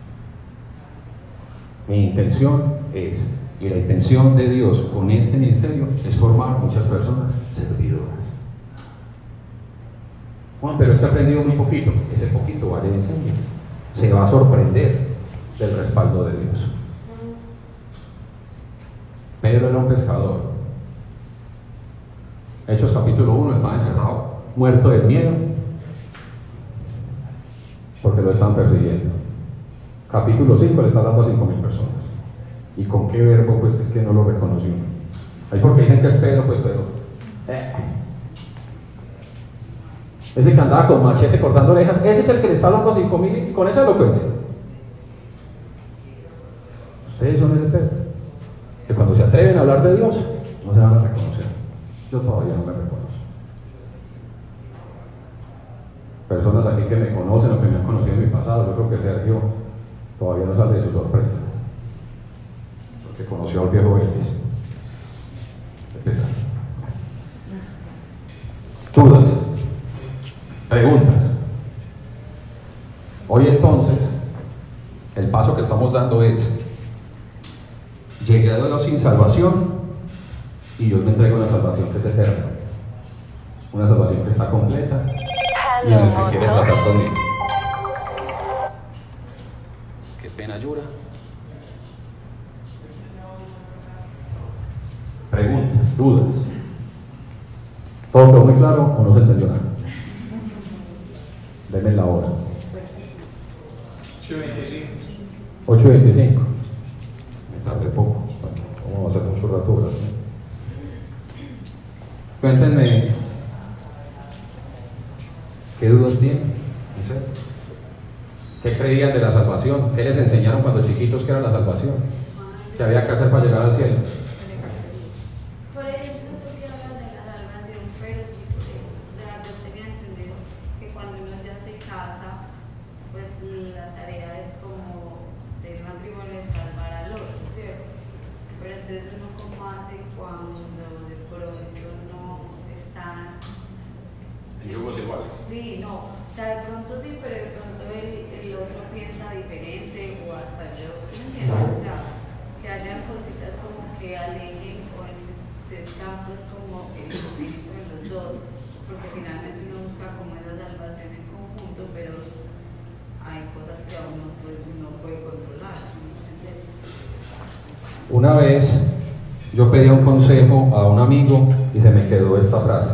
Mi intención es, y la intención de Dios con este ministerio, es formar muchas personas servidoras. Juan, pero es que he aprendido muy poquito. Ese poquito vaya y enseñe. Se va a sorprender del respaldo de Dios. Pedro era un pescador. Hechos capítulo 1, estaba encerrado, muerto del miedo, porque lo están persiguiendo. Capítulo 5 le está dando a 5.000 personas. ¿Y con qué verbo? Pues es que no lo reconoció. Ahí porque dicen que es Pedro, pues Pedro. Ese que andaba con machete cortando orejas, ese es el que le está hablando a 5.000 con esa elocuencia. Ustedes son ese Pedro, que cuando se atreven a hablar de Dios, no se van a reconocer. Yo todavía no me reconozco. Personas aquí que me conocen o que me han conocido en mi pasado, yo creo que Sergio todavía no sale de su sorpresa, porque conoció al viejo Elvis. Dudas, preguntas. Hoy entonces, el paso que estamos dando es: llegué a Dios sin salvación, y Dios me entrega una salvación que es eterna, una salvación que está completa y en el que quiere tratar conmigo. Qué pena, Yura. Preguntas, dudas. ¿Todo quedó muy claro o no se entendió nada? Denme la hora. 8:25. 8:25. Me tardé poco. Vamos a hacer mucho rato, ¿verdad? Cuéntenme, ¿qué dudas tienen? No sé. ¿Qué creían de la salvación? ¿Qué les enseñaron cuando chiquitos que era la salvación? ¿Qué había que hacer para llegar al cielo? Por ejemplo, tú que hablas de la salvación, pero sí, yo tenía entendido que cuando uno ya se casa, pues la tarea es como del matrimonio es salvar al otro, ¿cierto? Pero entonces uno cómo hace cuando de pronto no están En yugos iguales. Sí, no, o sea, de pronto sí, pero de pronto el otro piensa diferente o hasta yo, ¿sí me entiendes? O sea, que hayan cositas como que alejen o están pues como el espíritu de los dos, porque finalmente uno busca como esa salvación en conjunto, pero hay cosas que aún no puede controlar, ¿sí me entiendes? Una vez yo pedí un consejo a un amigo y se me quedó esta frase: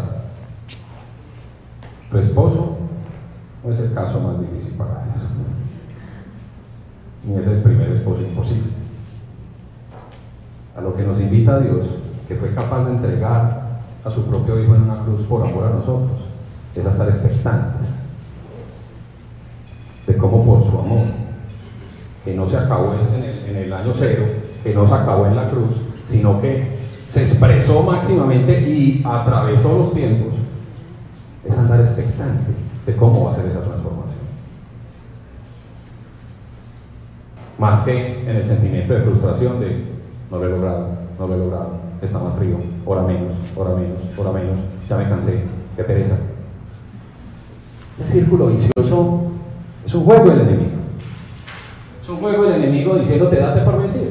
tu esposo no es el caso más difícil para Dios, ni es el primer esposo imposible. A lo que nos invita Dios, que fue capaz de entregar a su propio Hijo en una cruz por amor a nosotros, es a estar expectantes de cómo por su amor, que no se acabó en el año cero, que no se acabó en la cruz, sino que se expresó máximamente y atravesó los tiempos, es andar expectante de cómo va a ser esa transformación. Más que en el sentimiento de frustración de no lo he logrado, está más frío, hora menos, ya me cansé, qué pereza. Ese círculo vicioso es un juego del enemigo. Es un juego del enemigo diciéndote date por vencido.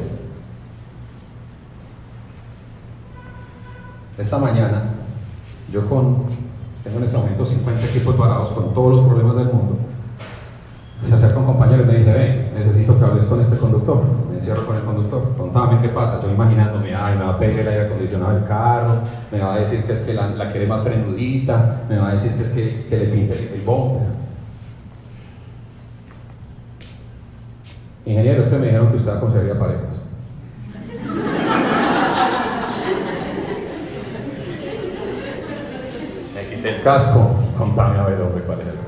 Esta mañana, tengo en este momento 50 equipos parados con todos los problemas del mundo. Se acerca un compañero y me dice: ven, necesito que hables con este conductor. Me encierro con el conductor, contame qué pasa. Yo imaginándome, me va a pedir el aire acondicionado del carro, me va a decir que es que la quiere más frenudita, me va a decir que es que le pinte el bumper. Ingeniero, es que me dijeron que usted aconsejaría parejas. El casco, contame a ver, hombre, cuál es el casco.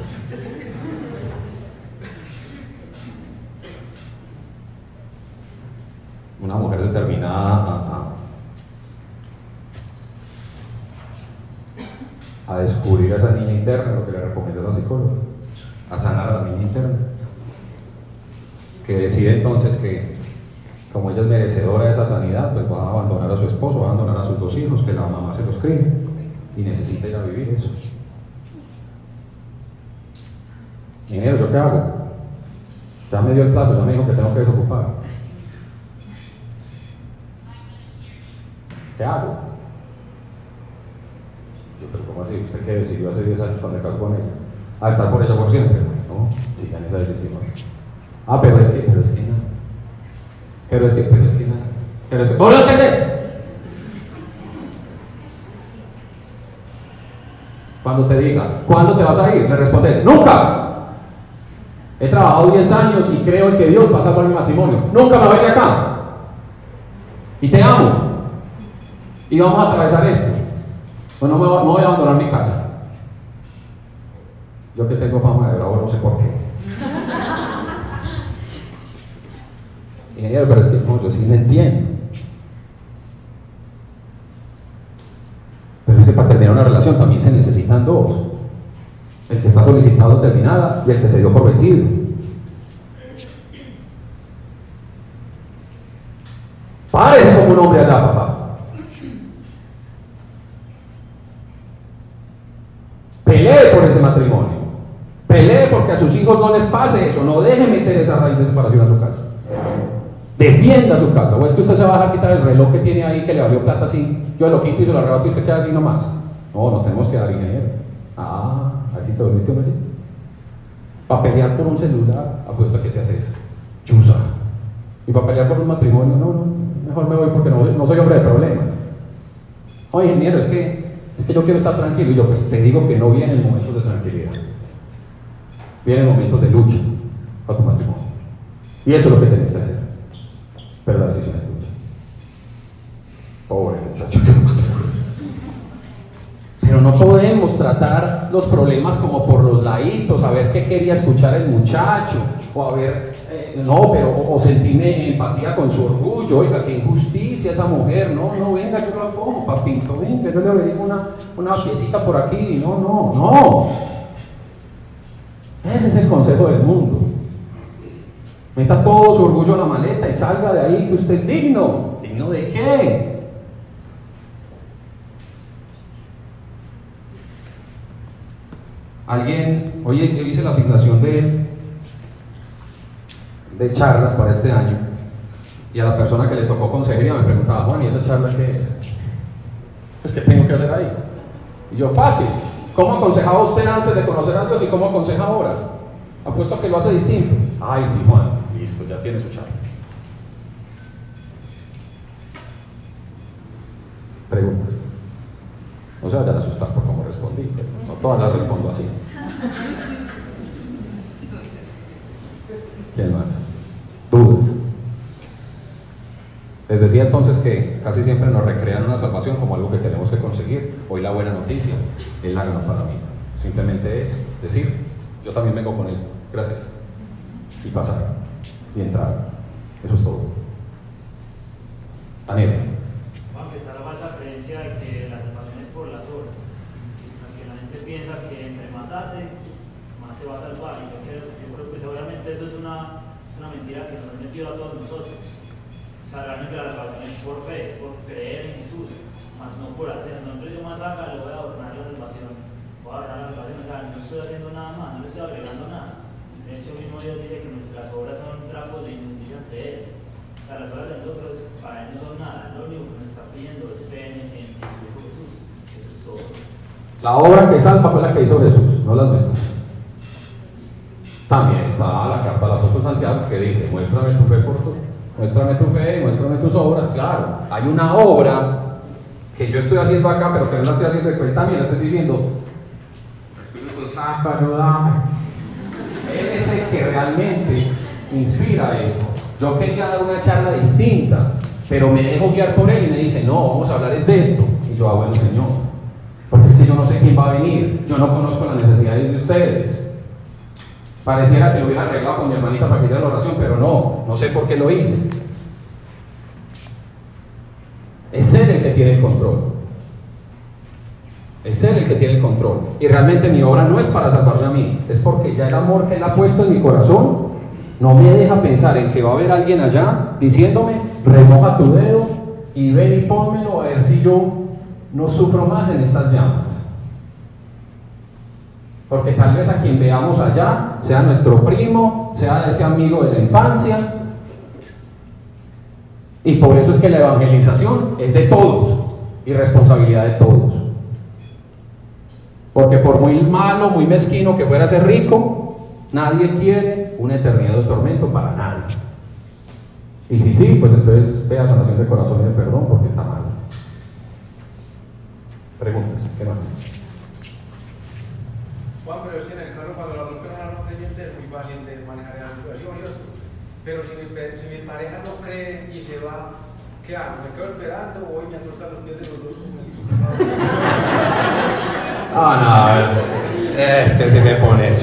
Una mujer determinada a descubrir a esa niña interna, lo que le recomendó la psicóloga, a sanar a la niña interna, que decide entonces que como ella es merecedora de esa sanidad, pues va a abandonar a su esposo, va a abandonar a sus 2 hijos, que la mamá se los críe y necesita ir a vivir eso. Ingeniero, ¿yo qué hago? Ya me dio el plazo, ya me dijo que tengo que desocupar. ¿Qué hago? Yo, pero ¿cómo así? ¿Usted qué decidió hace 10 años cuando me casó con ella? A estar por ella por siempre. No, si ya en esa decisión. Ah, pero es que nada. Pero es que nada. ¿Vos lo entendés? Cuando te diga, ¿cuándo te vas a ir? Le respondes, ¡nunca! He trabajado 10 años y creo en que Dios va a salvar mi matrimonio. ¡Nunca me voy de acá! Y te amo. Y vamos a atravesar esto. Pues no voy a abandonar mi casa. Yo que tengo fama de bravo, no sé por qué. Ingeniero, pero es que no, yo sí me entiendo. Pero es que para terminar una relación también se necesitan 2. El que está solicitando terminada y el que se dio por vencido. Párese como un hombre allá, papá. Pelee por ese matrimonio. Pelee porque a sus hijos no les pase eso. No deje meter esa raíz de separación a su casa. Defienda su casa. ¿O es que usted se va a dejar quitar el reloj que tiene ahí que le valió plata así? Yo lo quito y se lo arrebato y usted queda así nomás. No, nos tenemos que dar, ingeniero. Así te volviste un así. Para pelear por un celular, apuesto a que te haces chusa. Y para pelear por un matrimonio, no, mejor me voy porque no soy hombre de problemas. Oye, ingeniero, es que yo quiero estar tranquilo. Y yo, pues te digo que no vienen momentos de tranquilidad. Vienen momentos de lucha para tu matrimonio. Y eso es lo que tenés que hacer. Pero la decisión es tuya. Pobre muchacho, ¿qué más? Pero no podemos tratar los problemas como por los laditos, a ver qué quería escuchar el muchacho, o a ver, o sentirme empatía con su orgullo. Oiga, qué injusticia esa mujer. No, venga, yo la pongo, papito, venga, yo le doy una piecita por aquí. No. Ese es el consejo del mundo. Meta todo su orgullo en la maleta y salga de ahí, que usted es digno. ¿Digno de qué? Oye, yo hice la asignación de charlas para este año, y a la persona que le tocó consejería me preguntaba, Juan, ¿y esa charla qué es? Pues, ¿qué tengo que hacer ahí? Y yo, fácil. ¿Cómo aconsejaba usted antes de conocer a Dios y cómo aconseja ahora? Apuesto a que lo hace distinto. Ay, sí, Juan. Listo, ya tiene su charla. Preguntas. No se vayan a asustar por cómo respondí. No todas las respondo así. ¿Quién más? Dudas. Les decía entonces que casi siempre nos recrean una salvación como algo que tenemos que conseguir. Hoy la buena noticia, Él la ganó para mí. Simplemente es decir, yo también vengo con Él. Gracias. Y pasar. Y entrar. Eso es todo. Daniel. Aunque está la falsa creencia de que la salvación es por las obras. O sea, que la gente piensa que entre más hace, más se va a salvar. Y yo creo que pues, obviamente eso es una mentira que nos han metido a todos nosotros. O sea, realmente la salvación es por fe, es por creer en Jesús, más no por hacer. Nosotros yo más haga, le voy a adornar la salvación. Voy a adornar la salvación, o sea, no estoy haciendo nada más, no estoy agregando nada. De hecho, mismo Dios dice que nuestras obras son trapos de inmundicia ante Él. O sea, las obras de nosotros para Él no son nada. Lo único que nos está pidiendo es fe en su Hijo Jesús. Eso es todo. La obra que salva fue la que hizo Jesús, no las nuestras. También está la carta del apóstol Santiago que dice, muéstrame tu fe muéstrame tu fe, muéstrame tus obras. Claro, hay una obra que yo estoy haciendo acá, pero que no la estoy haciendo de cuenta mía, la estoy diciendo, Espíritu Santo, ayúdame. Él es el que realmente inspira eso. Yo quería dar una charla distinta, pero me dejo guiar por Él y me dice, no, vamos a hablar es de esto. Y yo, bueno, Señor, Porque es que yo no sé quién va a venir, yo no conozco las necesidades de ustedes. Pareciera que lo hubiera arreglado con mi hermanita para que hiciera la oración, pero no sé por qué lo hice. Es Él el que tiene el control. Es Él el que tiene el control. Y realmente mi obra no es para salvarme a mí, es porque ya el amor que Él ha puesto en mi corazón no me deja pensar en que va a haber alguien allá diciéndome, remoja tu dedo y ven y pónmelo a ver si yo no sufro más en estas llamas. Porque tal vez a quien veamos allá sea nuestro primo, sea ese amigo de la infancia. Y por eso es que la evangelización es de todos y responsabilidad de todos. Porque por muy malo, muy mezquino que fuera ser rico, nadie quiere una eternidad de tormento para nadie. Y si sí, pues entonces vea sanación de corazón y de perdón porque está mal. Preguntas, ¿qué más? Juan, pero es que en el carro cuando las dos personas no creyentes es muy fácil de manejar la situación, pero si mi pareja no cree y se va, ¿qué hago? ¿Me quedo esperando o voy y me acosto a los pies de los dos juntos? No, es que si me pones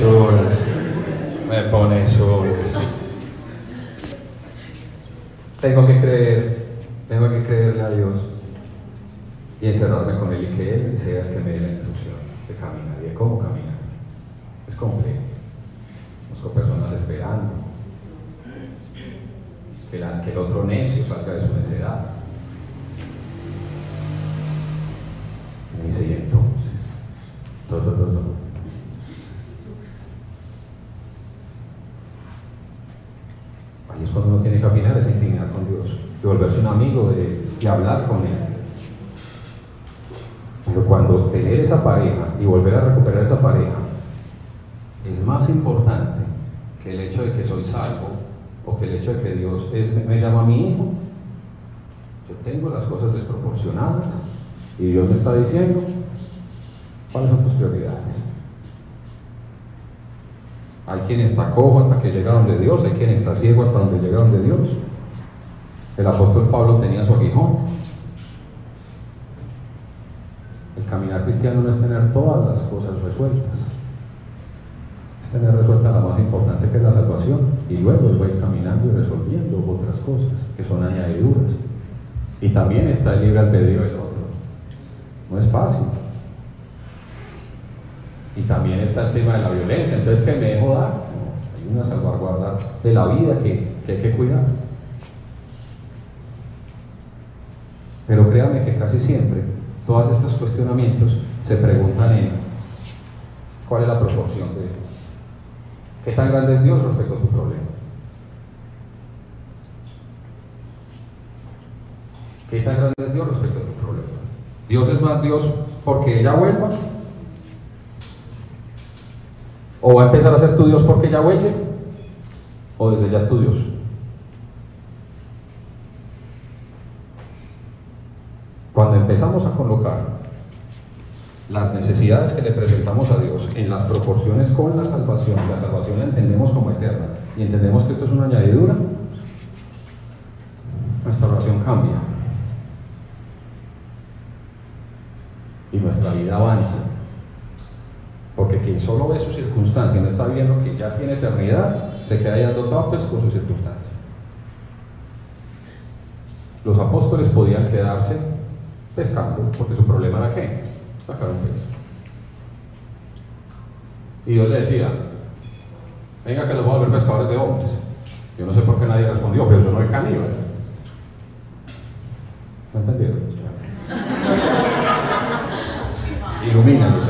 tengo que creerle a Dios y encerrarme con Él y que Él sea el que me dé la instrucción de caminar y de cómo caminar. Es complejo. Conozco personas esperando que el otro necio salga de su necedad. Y dice, y entonces, todo. Ahí es cuando uno tiene que afinar esa intimidad con Dios, de volverse un amigo, de hablar con Él. Pero cuando tener esa pareja y volver a recuperar esa pareja es más importante que el hecho de que soy salvo o que el hecho de que Dios me llama a mi hijo. Yo tengo las cosas desproporcionadas y Dios me está diciendo cuáles son tus prioridades. Hay quien está cojo hasta que llega donde Dios, hay quien está ciego hasta donde llega donde Dios. El apóstol Pablo tenía su aguijón. El caminar cristiano no es tener todas las cosas resueltas, es tener resuelta la más importante, que es la salvación, y luego él va a ir caminando y resolviendo otras cosas que son añadiduras. Y también está el libre albedrío del otro. No es fácil. Y también está el tema de la violencia. Entonces, que me dejo dar. No, hay una salvaguarda de la vida que hay que cuidar. Pero créanme que casi siempre todos estos cuestionamientos se preguntan en ¿cuál es la proporción de Dios? ¿Qué tan grande es Dios respecto a tu problema? ¿Qué tan grande es Dios respecto a tu problema? ¿Dios es más Dios porque ella vuelva? ¿O va a empezar a ser tu Dios porque ella vuelve? ¿O desde ya es tu Dios? Cuando empezamos a colocar las necesidades que le presentamos a Dios en las proporciones con la salvación la entendemos como eterna y entendemos que esto es una añadidura, nuestra oración cambia y nuestra vida avanza, porque quien solo ve su circunstancia no está viendo que ya tiene eternidad, se queda ahí dando topes con su circunstancia. Los apóstoles podían quedarse pescando, porque su problema era ¿qué? Sacar un pez. Y Dios le decía, venga que los voy a volver pescadores de hombres. Yo no sé por qué nadie respondió, pero yo no soy caníbal. ¿No entendieron? Ilumínanos.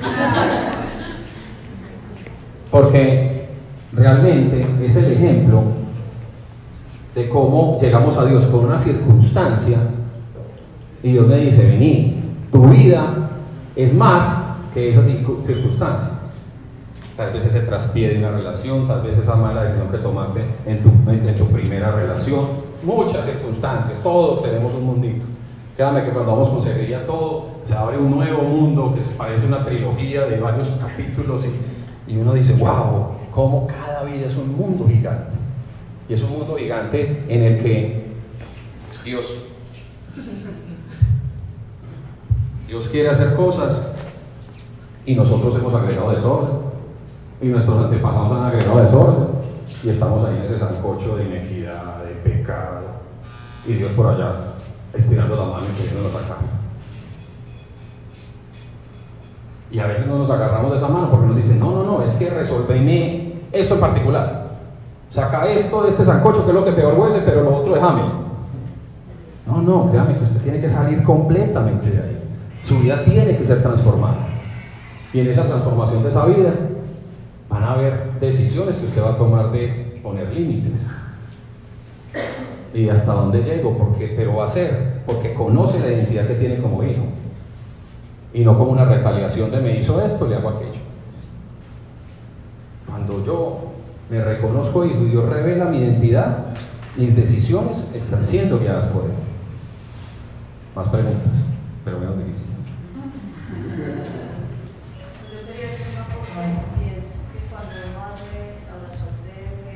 Porque realmente es el ejemplo de cómo llegamos a Dios con una circunstancia y Dios me dice, vení, tu vida es más que esa circunstancia. Tal vez ese traspié de una relación, tal vez esa mala decisión que tomaste en tu primera relación, muchas circunstancias, todos tenemos un mundito. Créame que cuando vamos con consejería todo, se abre un nuevo mundo que se parece una trilogía de varios capítulos y uno dice, wow, cómo cada vida es un mundo gigante. Y es un mundo gigante en el que Dios Dios quiere hacer cosas y nosotros hemos agregado desorden. Y nuestros antepasados han agregado desorden. Y estamos ahí en ese sancocho de inequidad, de pecado. Y Dios por allá estirando la mano y queriéndonos sacar. Y a veces no nos agarramos de esa mano porque nos dicen, no, es que resolveme esto en particular. Saca esto de este sancocho que es lo que peor huele, pero lo otro déjame. No, créame que usted tiene que salir completamente de ahí. Su vida tiene que ser transformada. Y en esa transformación de esa vida van a haber decisiones que usted va a tomar de poner límites. ¿Y hasta dónde llego? Pero va a ser porque conoce la identidad que tiene como hijo. Y no como una retaliación de me hizo esto, le hago aquello. Cuando yo me reconozco hijo y Dios revela mi identidad, mis decisiones están siendo guiadas por Él. Más preguntas, pero menos difíciles. Yo quería hacer una cosa, y es que cuando uno hace oración de fe,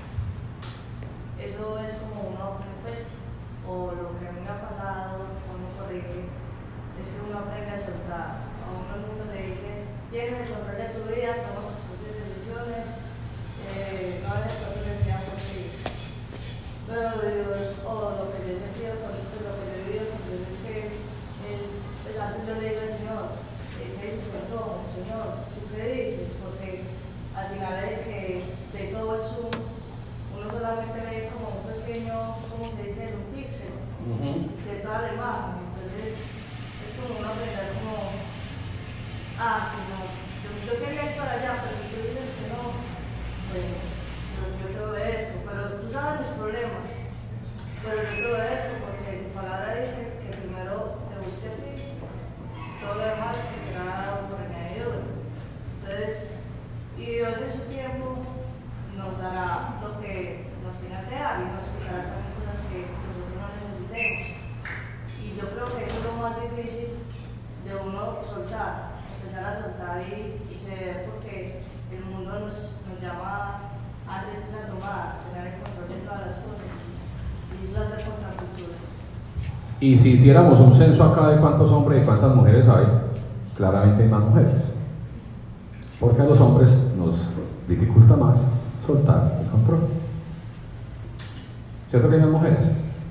eso es como una especie, o lo que a mí me ha pasado, cuando corrige, es que uno aprende a soltar. A uno el mundo le dice, llegas a soltar de tu vida, tomas tus propias decisiones, no haces lo que te enseñan por ti. Pero Dios, o lo que yo he sentido con esto, lo que yo he vivido con Dios, es que pues antes yo le digo al Señor, ¿qué dices tú, Señor? ¿Tú qué dices? Porque al final de todo el Zoom, uno solamente ve como un pequeño, ¿cómo se dice? Un píxel de toda la imagen. Entonces, es como uno aprender como, Señor, yo quería ir para allá, pero tú dices que no, bueno, yo te obedezco, pero tú sabes los problemas, pero yo te obedezco porque tu palabra dice que primero te busque a ti, todo lo demás que será dado por añadidura. Entonces, y Dios en su tiempo nos dará lo que nos tiene que dar y nos quitará también cosas que nosotros no necesitemos. Y yo creo que eso es lo más difícil de uno soltar, empezar a soltar y ceder, porque el mundo nos llama antes a tomar, tener el control de todas las cosas y eso hace contracultura. Y si hiciéramos un censo acá de cuántos hombres y cuántas mujeres hay, claramente hay más mujeres. Porque a los hombres nos dificulta más soltar el control. ¿Cierto que hay más mujeres?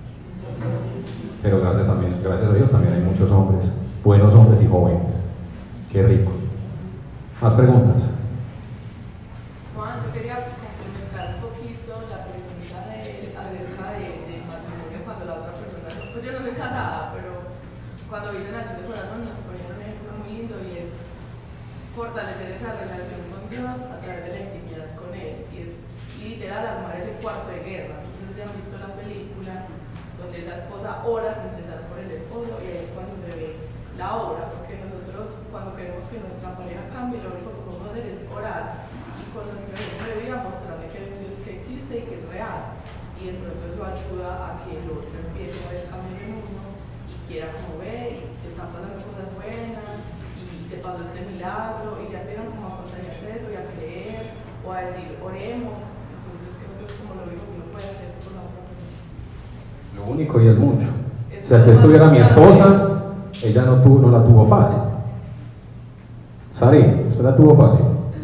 Pero gracias a Dios también hay muchos hombres, buenos hombres y jóvenes. Qué rico. ¿Más preguntas? Juan, yo quería complementar un poquito la pregunta acerca del matrimonio cuando la otra persona, pues yo no soy casada, pero cuando dicen así de corazón nos ponen un ejemplo muy lindo y es fortalecer esa relación con Dios a través de la intimidad con Él, y es literal armar ese cuarto de guerra. Entonces ya han visto la película donde la esposa ora sin cesar por el esposo y ahí es cuando se ve la obra, porque nosotros cuando queremos que nuestra pareja cambie, lo único que podemos hacer es orar y con nuestro ejemplo de vida mostrarle que es Dios que existe y que es real, y entonces eso ayuda a que el otro empiece a ver cambios en uno y quiera como ver y te están pasando cosas buenas y te pasó este milagro y ya empiezan como a contagiarse de eso y a creer o a decir oremos. Entonces creo que es como lo único que uno puede hacer con la otra persona. Lo único y es mucho. O sea, que estuviera mi esposa, ella no la tuvo fácil. Sari, ¿usted la tuvo fácil?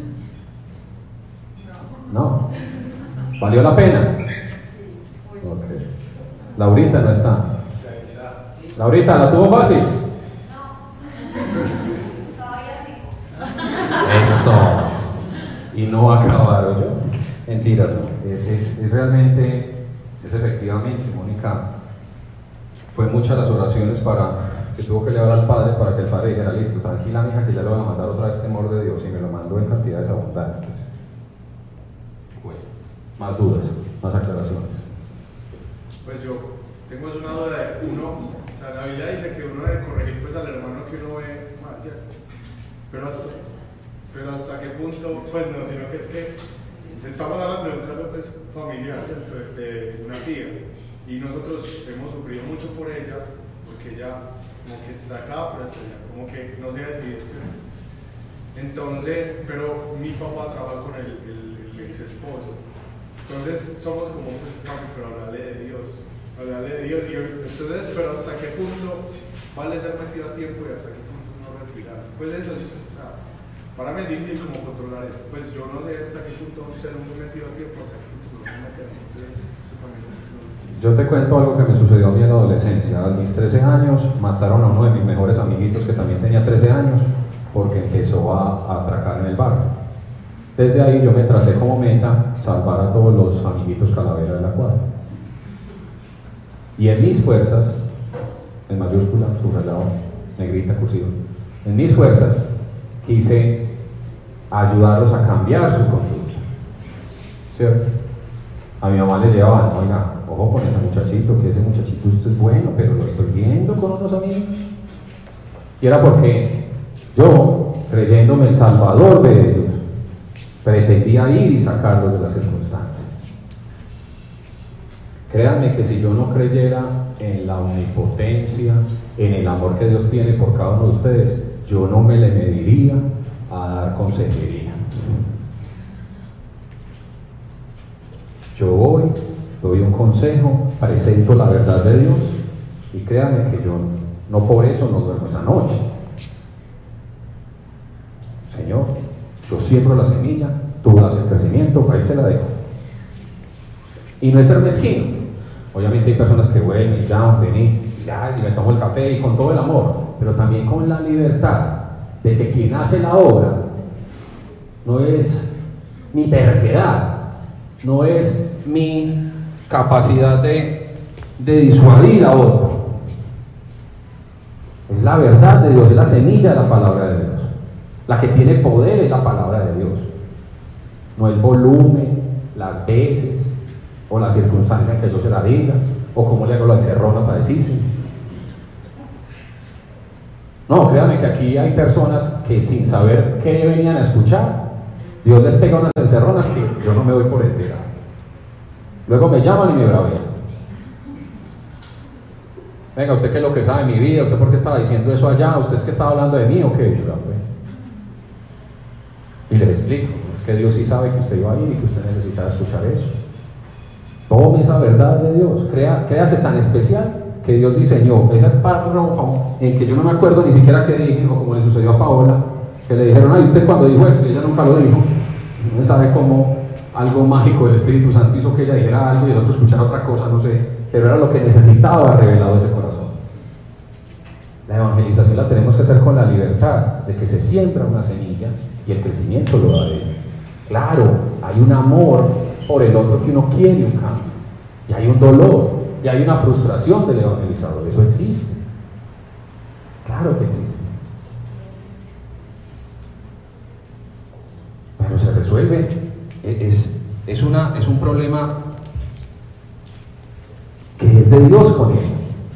No. ¿Valió la pena? Okay. Laurita no está. Laurita, ¿la tuvo fácil? Eso. Y no acabaron yo. Mentira, no. Es realmente, es efectivamente, Mónica. Fue muchas las oraciones que tuvo que llevar al padre para que el padre dijera, listo, tranquila mija, que ya le van a mandar otra vez temor de Dios, y me lo mandó en cantidades abundantes. Bueno, más dudas, más aclaraciones. Pues yo tengo una duda de uno, o sea, la Biblia dice que uno debe corregir pues al hermano que uno ve mal, ¿cierto? Pero hasta qué punto, pues no, sino que es que estamos hablando de un caso pues familiar, ¿cierto? De una tía, y nosotros hemos sufrido mucho por ella, porque ella como que sacaba por estrella, como que no se ha decidido, ¿cierto? Entonces, pero mi papá trabaja con el ex esposo, entonces somos como pues papi, pero hablarle de Dios, y entonces, pero hasta qué punto vale ser metido a tiempo y hasta qué punto pues eso es, o sea, para mí es difícil como controlar eso. Pues yo no sé hasta qué punto ser un metido a tiempo, hasta qué punto lo voy a meter. Entonces, eso también es. Yo te cuento algo que me sucedió a mí en la adolescencia. A mis 13 años mataron a uno de mis mejores amiguitos que también tenía 13 años porque empezó a atracar en el barrio. Desde ahí yo me tracé como meta salvar a todos los amiguitos calavera de la cuadra. Y en mis fuerzas, en mayúscula, subrayado, negrita, cursiva, en mis fuerzas quise ayudarlos a cambiar su conducta, ¿cierto? A mi mamá le llevaban, oiga, ojo con ese muchachito, que ese muchachito usted es bueno, pero lo estoy viendo con unos amigos. Y era porque yo, creyéndome el salvador de ellos, pretendía ir y sacarlos de las circunstancias. Créanme que si yo no creyera en la omnipotencia, en el amor que Dios tiene por cada uno de ustedes, yo no me le mediría a dar consejería. Yo voy, doy un consejo, presento la verdad de Dios y créanme que yo no por eso no duermo esa noche. Señor, yo siembro la semilla, tú das el crecimiento, ahí te la dejo. Y no es ser mezquino. Obviamente hay personas que vuelven y llaman, vení, y me tomo el café y con todo el amor, pero también con la libertad de que quien hace la obra no es mi terquedad, no es mi capacidad de disuadir a otro. Es la verdad de Dios, es la semilla de la palabra de Dios. La que tiene poder es la palabra de Dios. No el volumen, las veces, o las circunstancias en que yo se la diga, o cómo le hago la encerrona para decirse. No, créanme que aquí hay personas que sin saber qué venían a escuchar, Dios les pega unas encerronas que yo no me doy por enterado. Luego me llaman y me bravean. Venga, ¿usted qué es lo que sabe de mi vida? ¿Usted por qué estaba diciendo eso allá? ¿Usted es que estaba hablando de mí o qué? Y les explico, es que Dios sí sabe que usted iba a ir y que usted necesitaba escuchar eso. Tome esa verdad de Dios, créase tan especial que Dios diseñó ese párrafo en que yo no me acuerdo ni siquiera qué dije, o como le sucedió a Paola, que le dijeron, ay, usted cuando dijo esto, y ella nunca lo dijo. No sabe cómo algo mágico del Espíritu Santo hizo que ella dijera algo y el otro escuchara otra cosa, no sé, pero era lo que necesitaba revelado ese corazón. La evangelización la tenemos que hacer con la libertad de que se siembra una semilla y el crecimiento lo da Dios. Claro, hay un amor por el otro que uno quiere un cambio, y hay un dolor, y hay una frustración del evangelizador, eso existe, claro que existe, pero se resuelve, es un problema que es de Dios con él,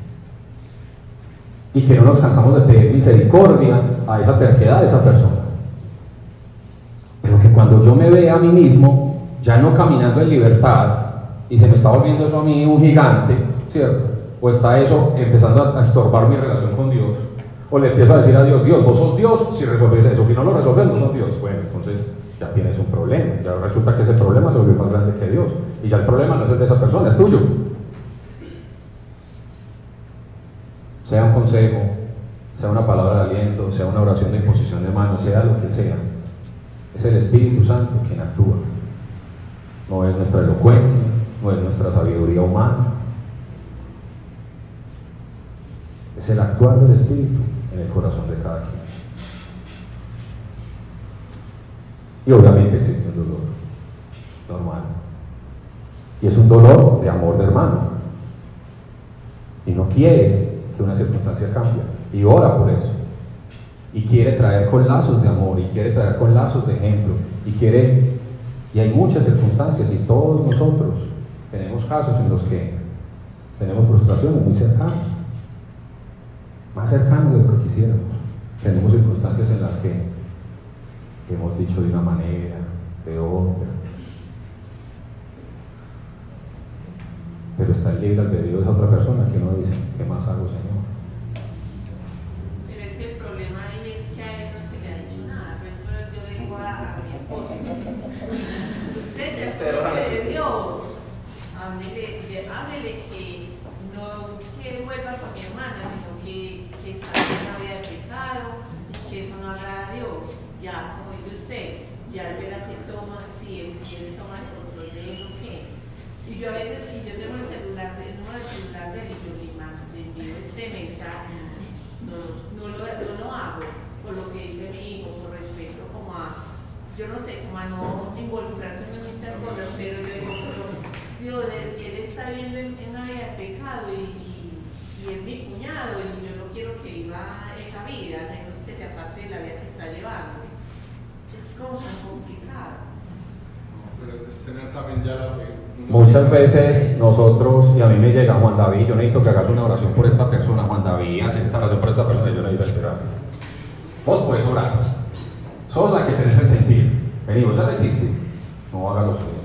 y que no nos cansamos de pedir misericordia a esa terquedad de esa persona, pero que cuando yo me vea a mí mismo ya no caminando en libertad y se me está volviendo eso a mí un gigante, ¿cierto? O está eso empezando a estorbar mi relación con Dios, o le empiezo a decir a Dios, Dios, vos sos Dios si resolves eso, si no lo resolves no sos Dios. Bueno, entonces ya tienes un problema, ya resulta que ese problema se volvió más grande que Dios, y ya el problema no es el de esa persona, es tuyo. Sea un consejo, sea una palabra de aliento, sea una oración de imposición de manos, sea lo que sea, es el Espíritu Santo quien actúa. No es nuestra elocuencia, no es nuestra sabiduría humana, es el actuar del Espíritu en el corazón de cada quien. Y obviamente existe un dolor normal, y es un dolor de amor de hermano, y no quiere que una circunstancia cambie, y ora por eso, y quiere traer con lazos de amor, y quiere traer con lazos de ejemplo, y hay muchas circunstancias, y todos nosotros tenemos casos en los que tenemos frustraciones muy cercanas, más cercanos de lo que quisiéramos. Tenemos circunstancias en las que hemos dicho de una manera, de otra, pero está el libre albedrío de esa otra persona que uno dice, ¿qué más hago, Señor? Pero es que el problema ahí es que a él no se le ha dicho nada. Por ejemplo, yo le digo a mi esposo, usted ya conoce de Dios, háblele que no que vuelva con mi hermana, sino que está en una vida de pecado, que eso no ya, como dice usted, ya él verá si él toma el control de él o qué. Y yo a veces, si yo tengo el celular de él y yo le envío este mensaje, no lo hago por lo que dice mi hijo, por respeto como a, yo no sé, como a no involucrarse en muchas cosas, pero yo digo, Dios, él está viendo en una vida de pecado y es mi cuñado y yo no quiero que viva esa vida, a menos que sea parte de la vida que está llevando. Es como tan complicado. Pero es tener también ya la fe. Muchas veces nosotros, y a mí me llega Juan David, yo necesito que hagas una oración por esta persona. Juan David, haz esta oración por esta persona. Y yo le digo, espera, vos puedes orar, sos la que tenés el sentir. Vení, vos ya lo hiciste, no hágalo usted.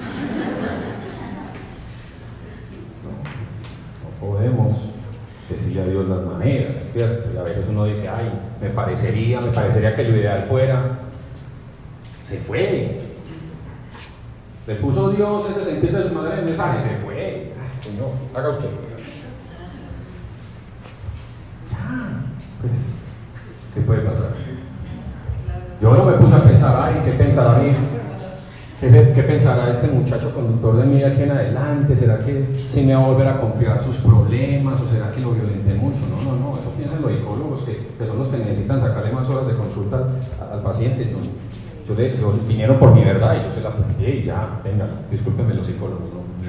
No podemos decirle a Dios las maneras, ¿cierto? Y a veces uno dice, ay, me parecería que lo ideal fuera. Se fue. Le puso Dios ese sentido de su madre en el mensaje, se fue. Ay, Señor, haga usted. Pues, ¿qué puede pasar? Yo no me puse a pensar, ay, ¿qué pensará mí? ¿Qué pensará este muchacho conductor de mí aquí en adelante? ¿Será que sí me va a volver a confiar sus problemas? ¿O será que lo violenté mucho? No, eso piensan los psicólogos que son los que necesitan sacarle más horas de consulta al paciente. No. Yo vinieron por mi verdad y yo se la planteé y ya, venga, discúlpenme los psicólogos.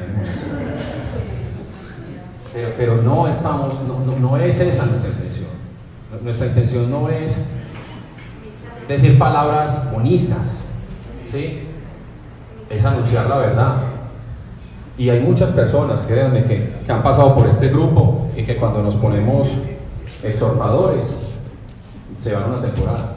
Pero no estamos, no es esa nuestra intención. Nuestra intención no es decir palabras bonitas, ¿sí? Es anunciar la verdad. Y hay muchas personas, créanme, que han pasado por este grupo y que cuando nos ponemos exhortadores se van una temporada.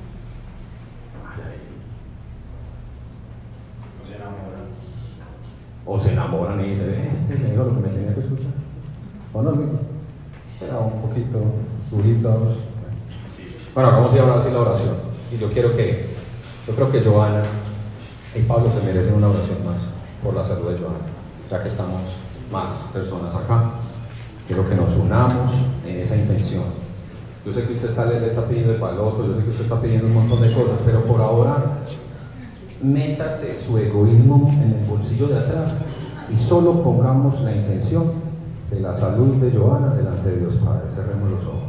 O se enamoran y dicen, me dijo lo que me tenía que escuchar. ¿O no, Luis? Era un poquito duritos. Bueno, vamos a ir ahora así la oración. Y yo creo que Joana y Pablo se merecen una oración más por la salud de Joana, ya que estamos más personas acá. Quiero que nos unamos en esa intención. Yo sé que usted le está pidiendo el paloto, yo sé que usted está pidiendo un montón de cosas, pero por ahora métase su egoísmo en el bolsillo de atrás y solo pongamos la intención de la salud de Joana delante de Dios Padre. Cerremos los ojos.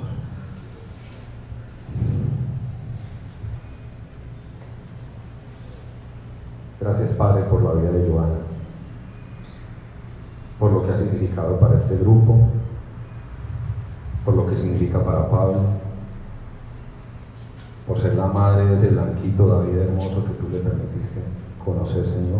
Gracias, Padre, por la vida de Joana, por lo que ha significado para este grupo, por lo que significa para Pablo, por ser la madre de ese blanquito David hermoso que tú le permitiste conocer, Señor.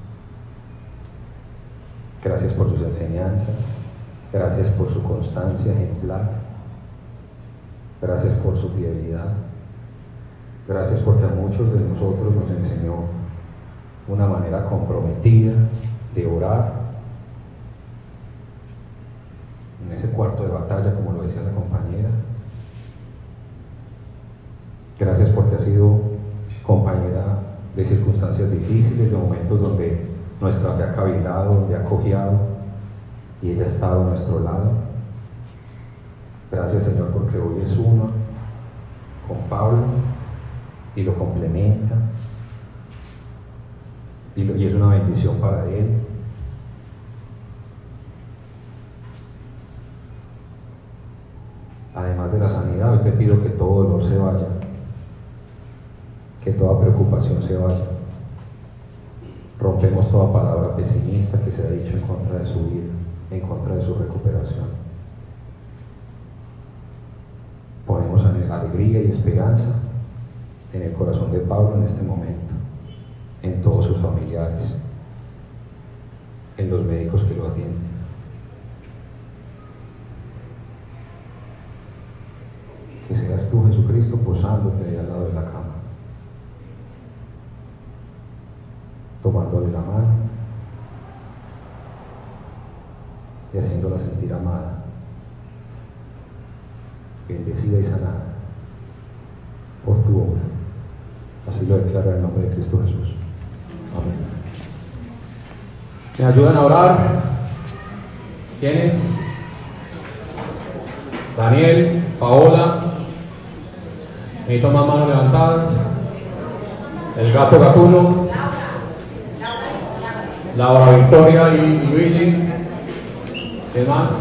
Gracias por sus enseñanzas, gracias por su constancia ejemplar, gracias por su fidelidad, gracias porque a muchos de nosotros nos enseñó una manera comprometida de orar en ese cuarto de batalla, como lo decía la compañera. Gracias porque ha sido compañera de circunstancias difíciles, de momentos donde nuestra fe ha cavilado, donde ha cojeado y ella ha estado a nuestro lado. Gracias, Señor, porque hoy es uno con Pablo y lo complementa y es una bendición para él. Además de la sanidad, hoy te pido que todo dolor se vaya, que toda preocupación se vaya. Rompemos toda palabra pesimista que se ha dicho en contra de su vida, en contra de su recuperación. Ponemos alegría y esperanza en el corazón de Pablo en este momento, en todos sus familiares, en los médicos que lo atienden. Que seas tú, Jesucristo, posándote ahí al lado de la cama, tomándole la mano y haciéndola sentir amada, bendecida y sanada por tu obra. Así lo declaro en el nombre de Cristo Jesús. Amén. ¿Me ayudan a orar? ¿Quiénes? Daniel, Paola. Necesito más manos levantadas. El gato Gatuno, Laura Victoria y Luigi. ¿Qué más?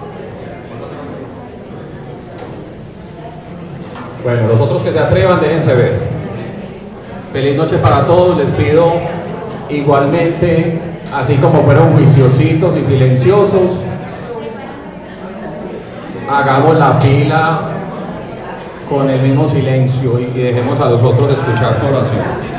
Bueno, los otros que se atrevan, déjense ver. Feliz noche para todos, les pido igualmente, así como fueron juiciositos y silenciosos, hagamos la fila con el mismo silencio y dejemos a los otros escuchar su oración.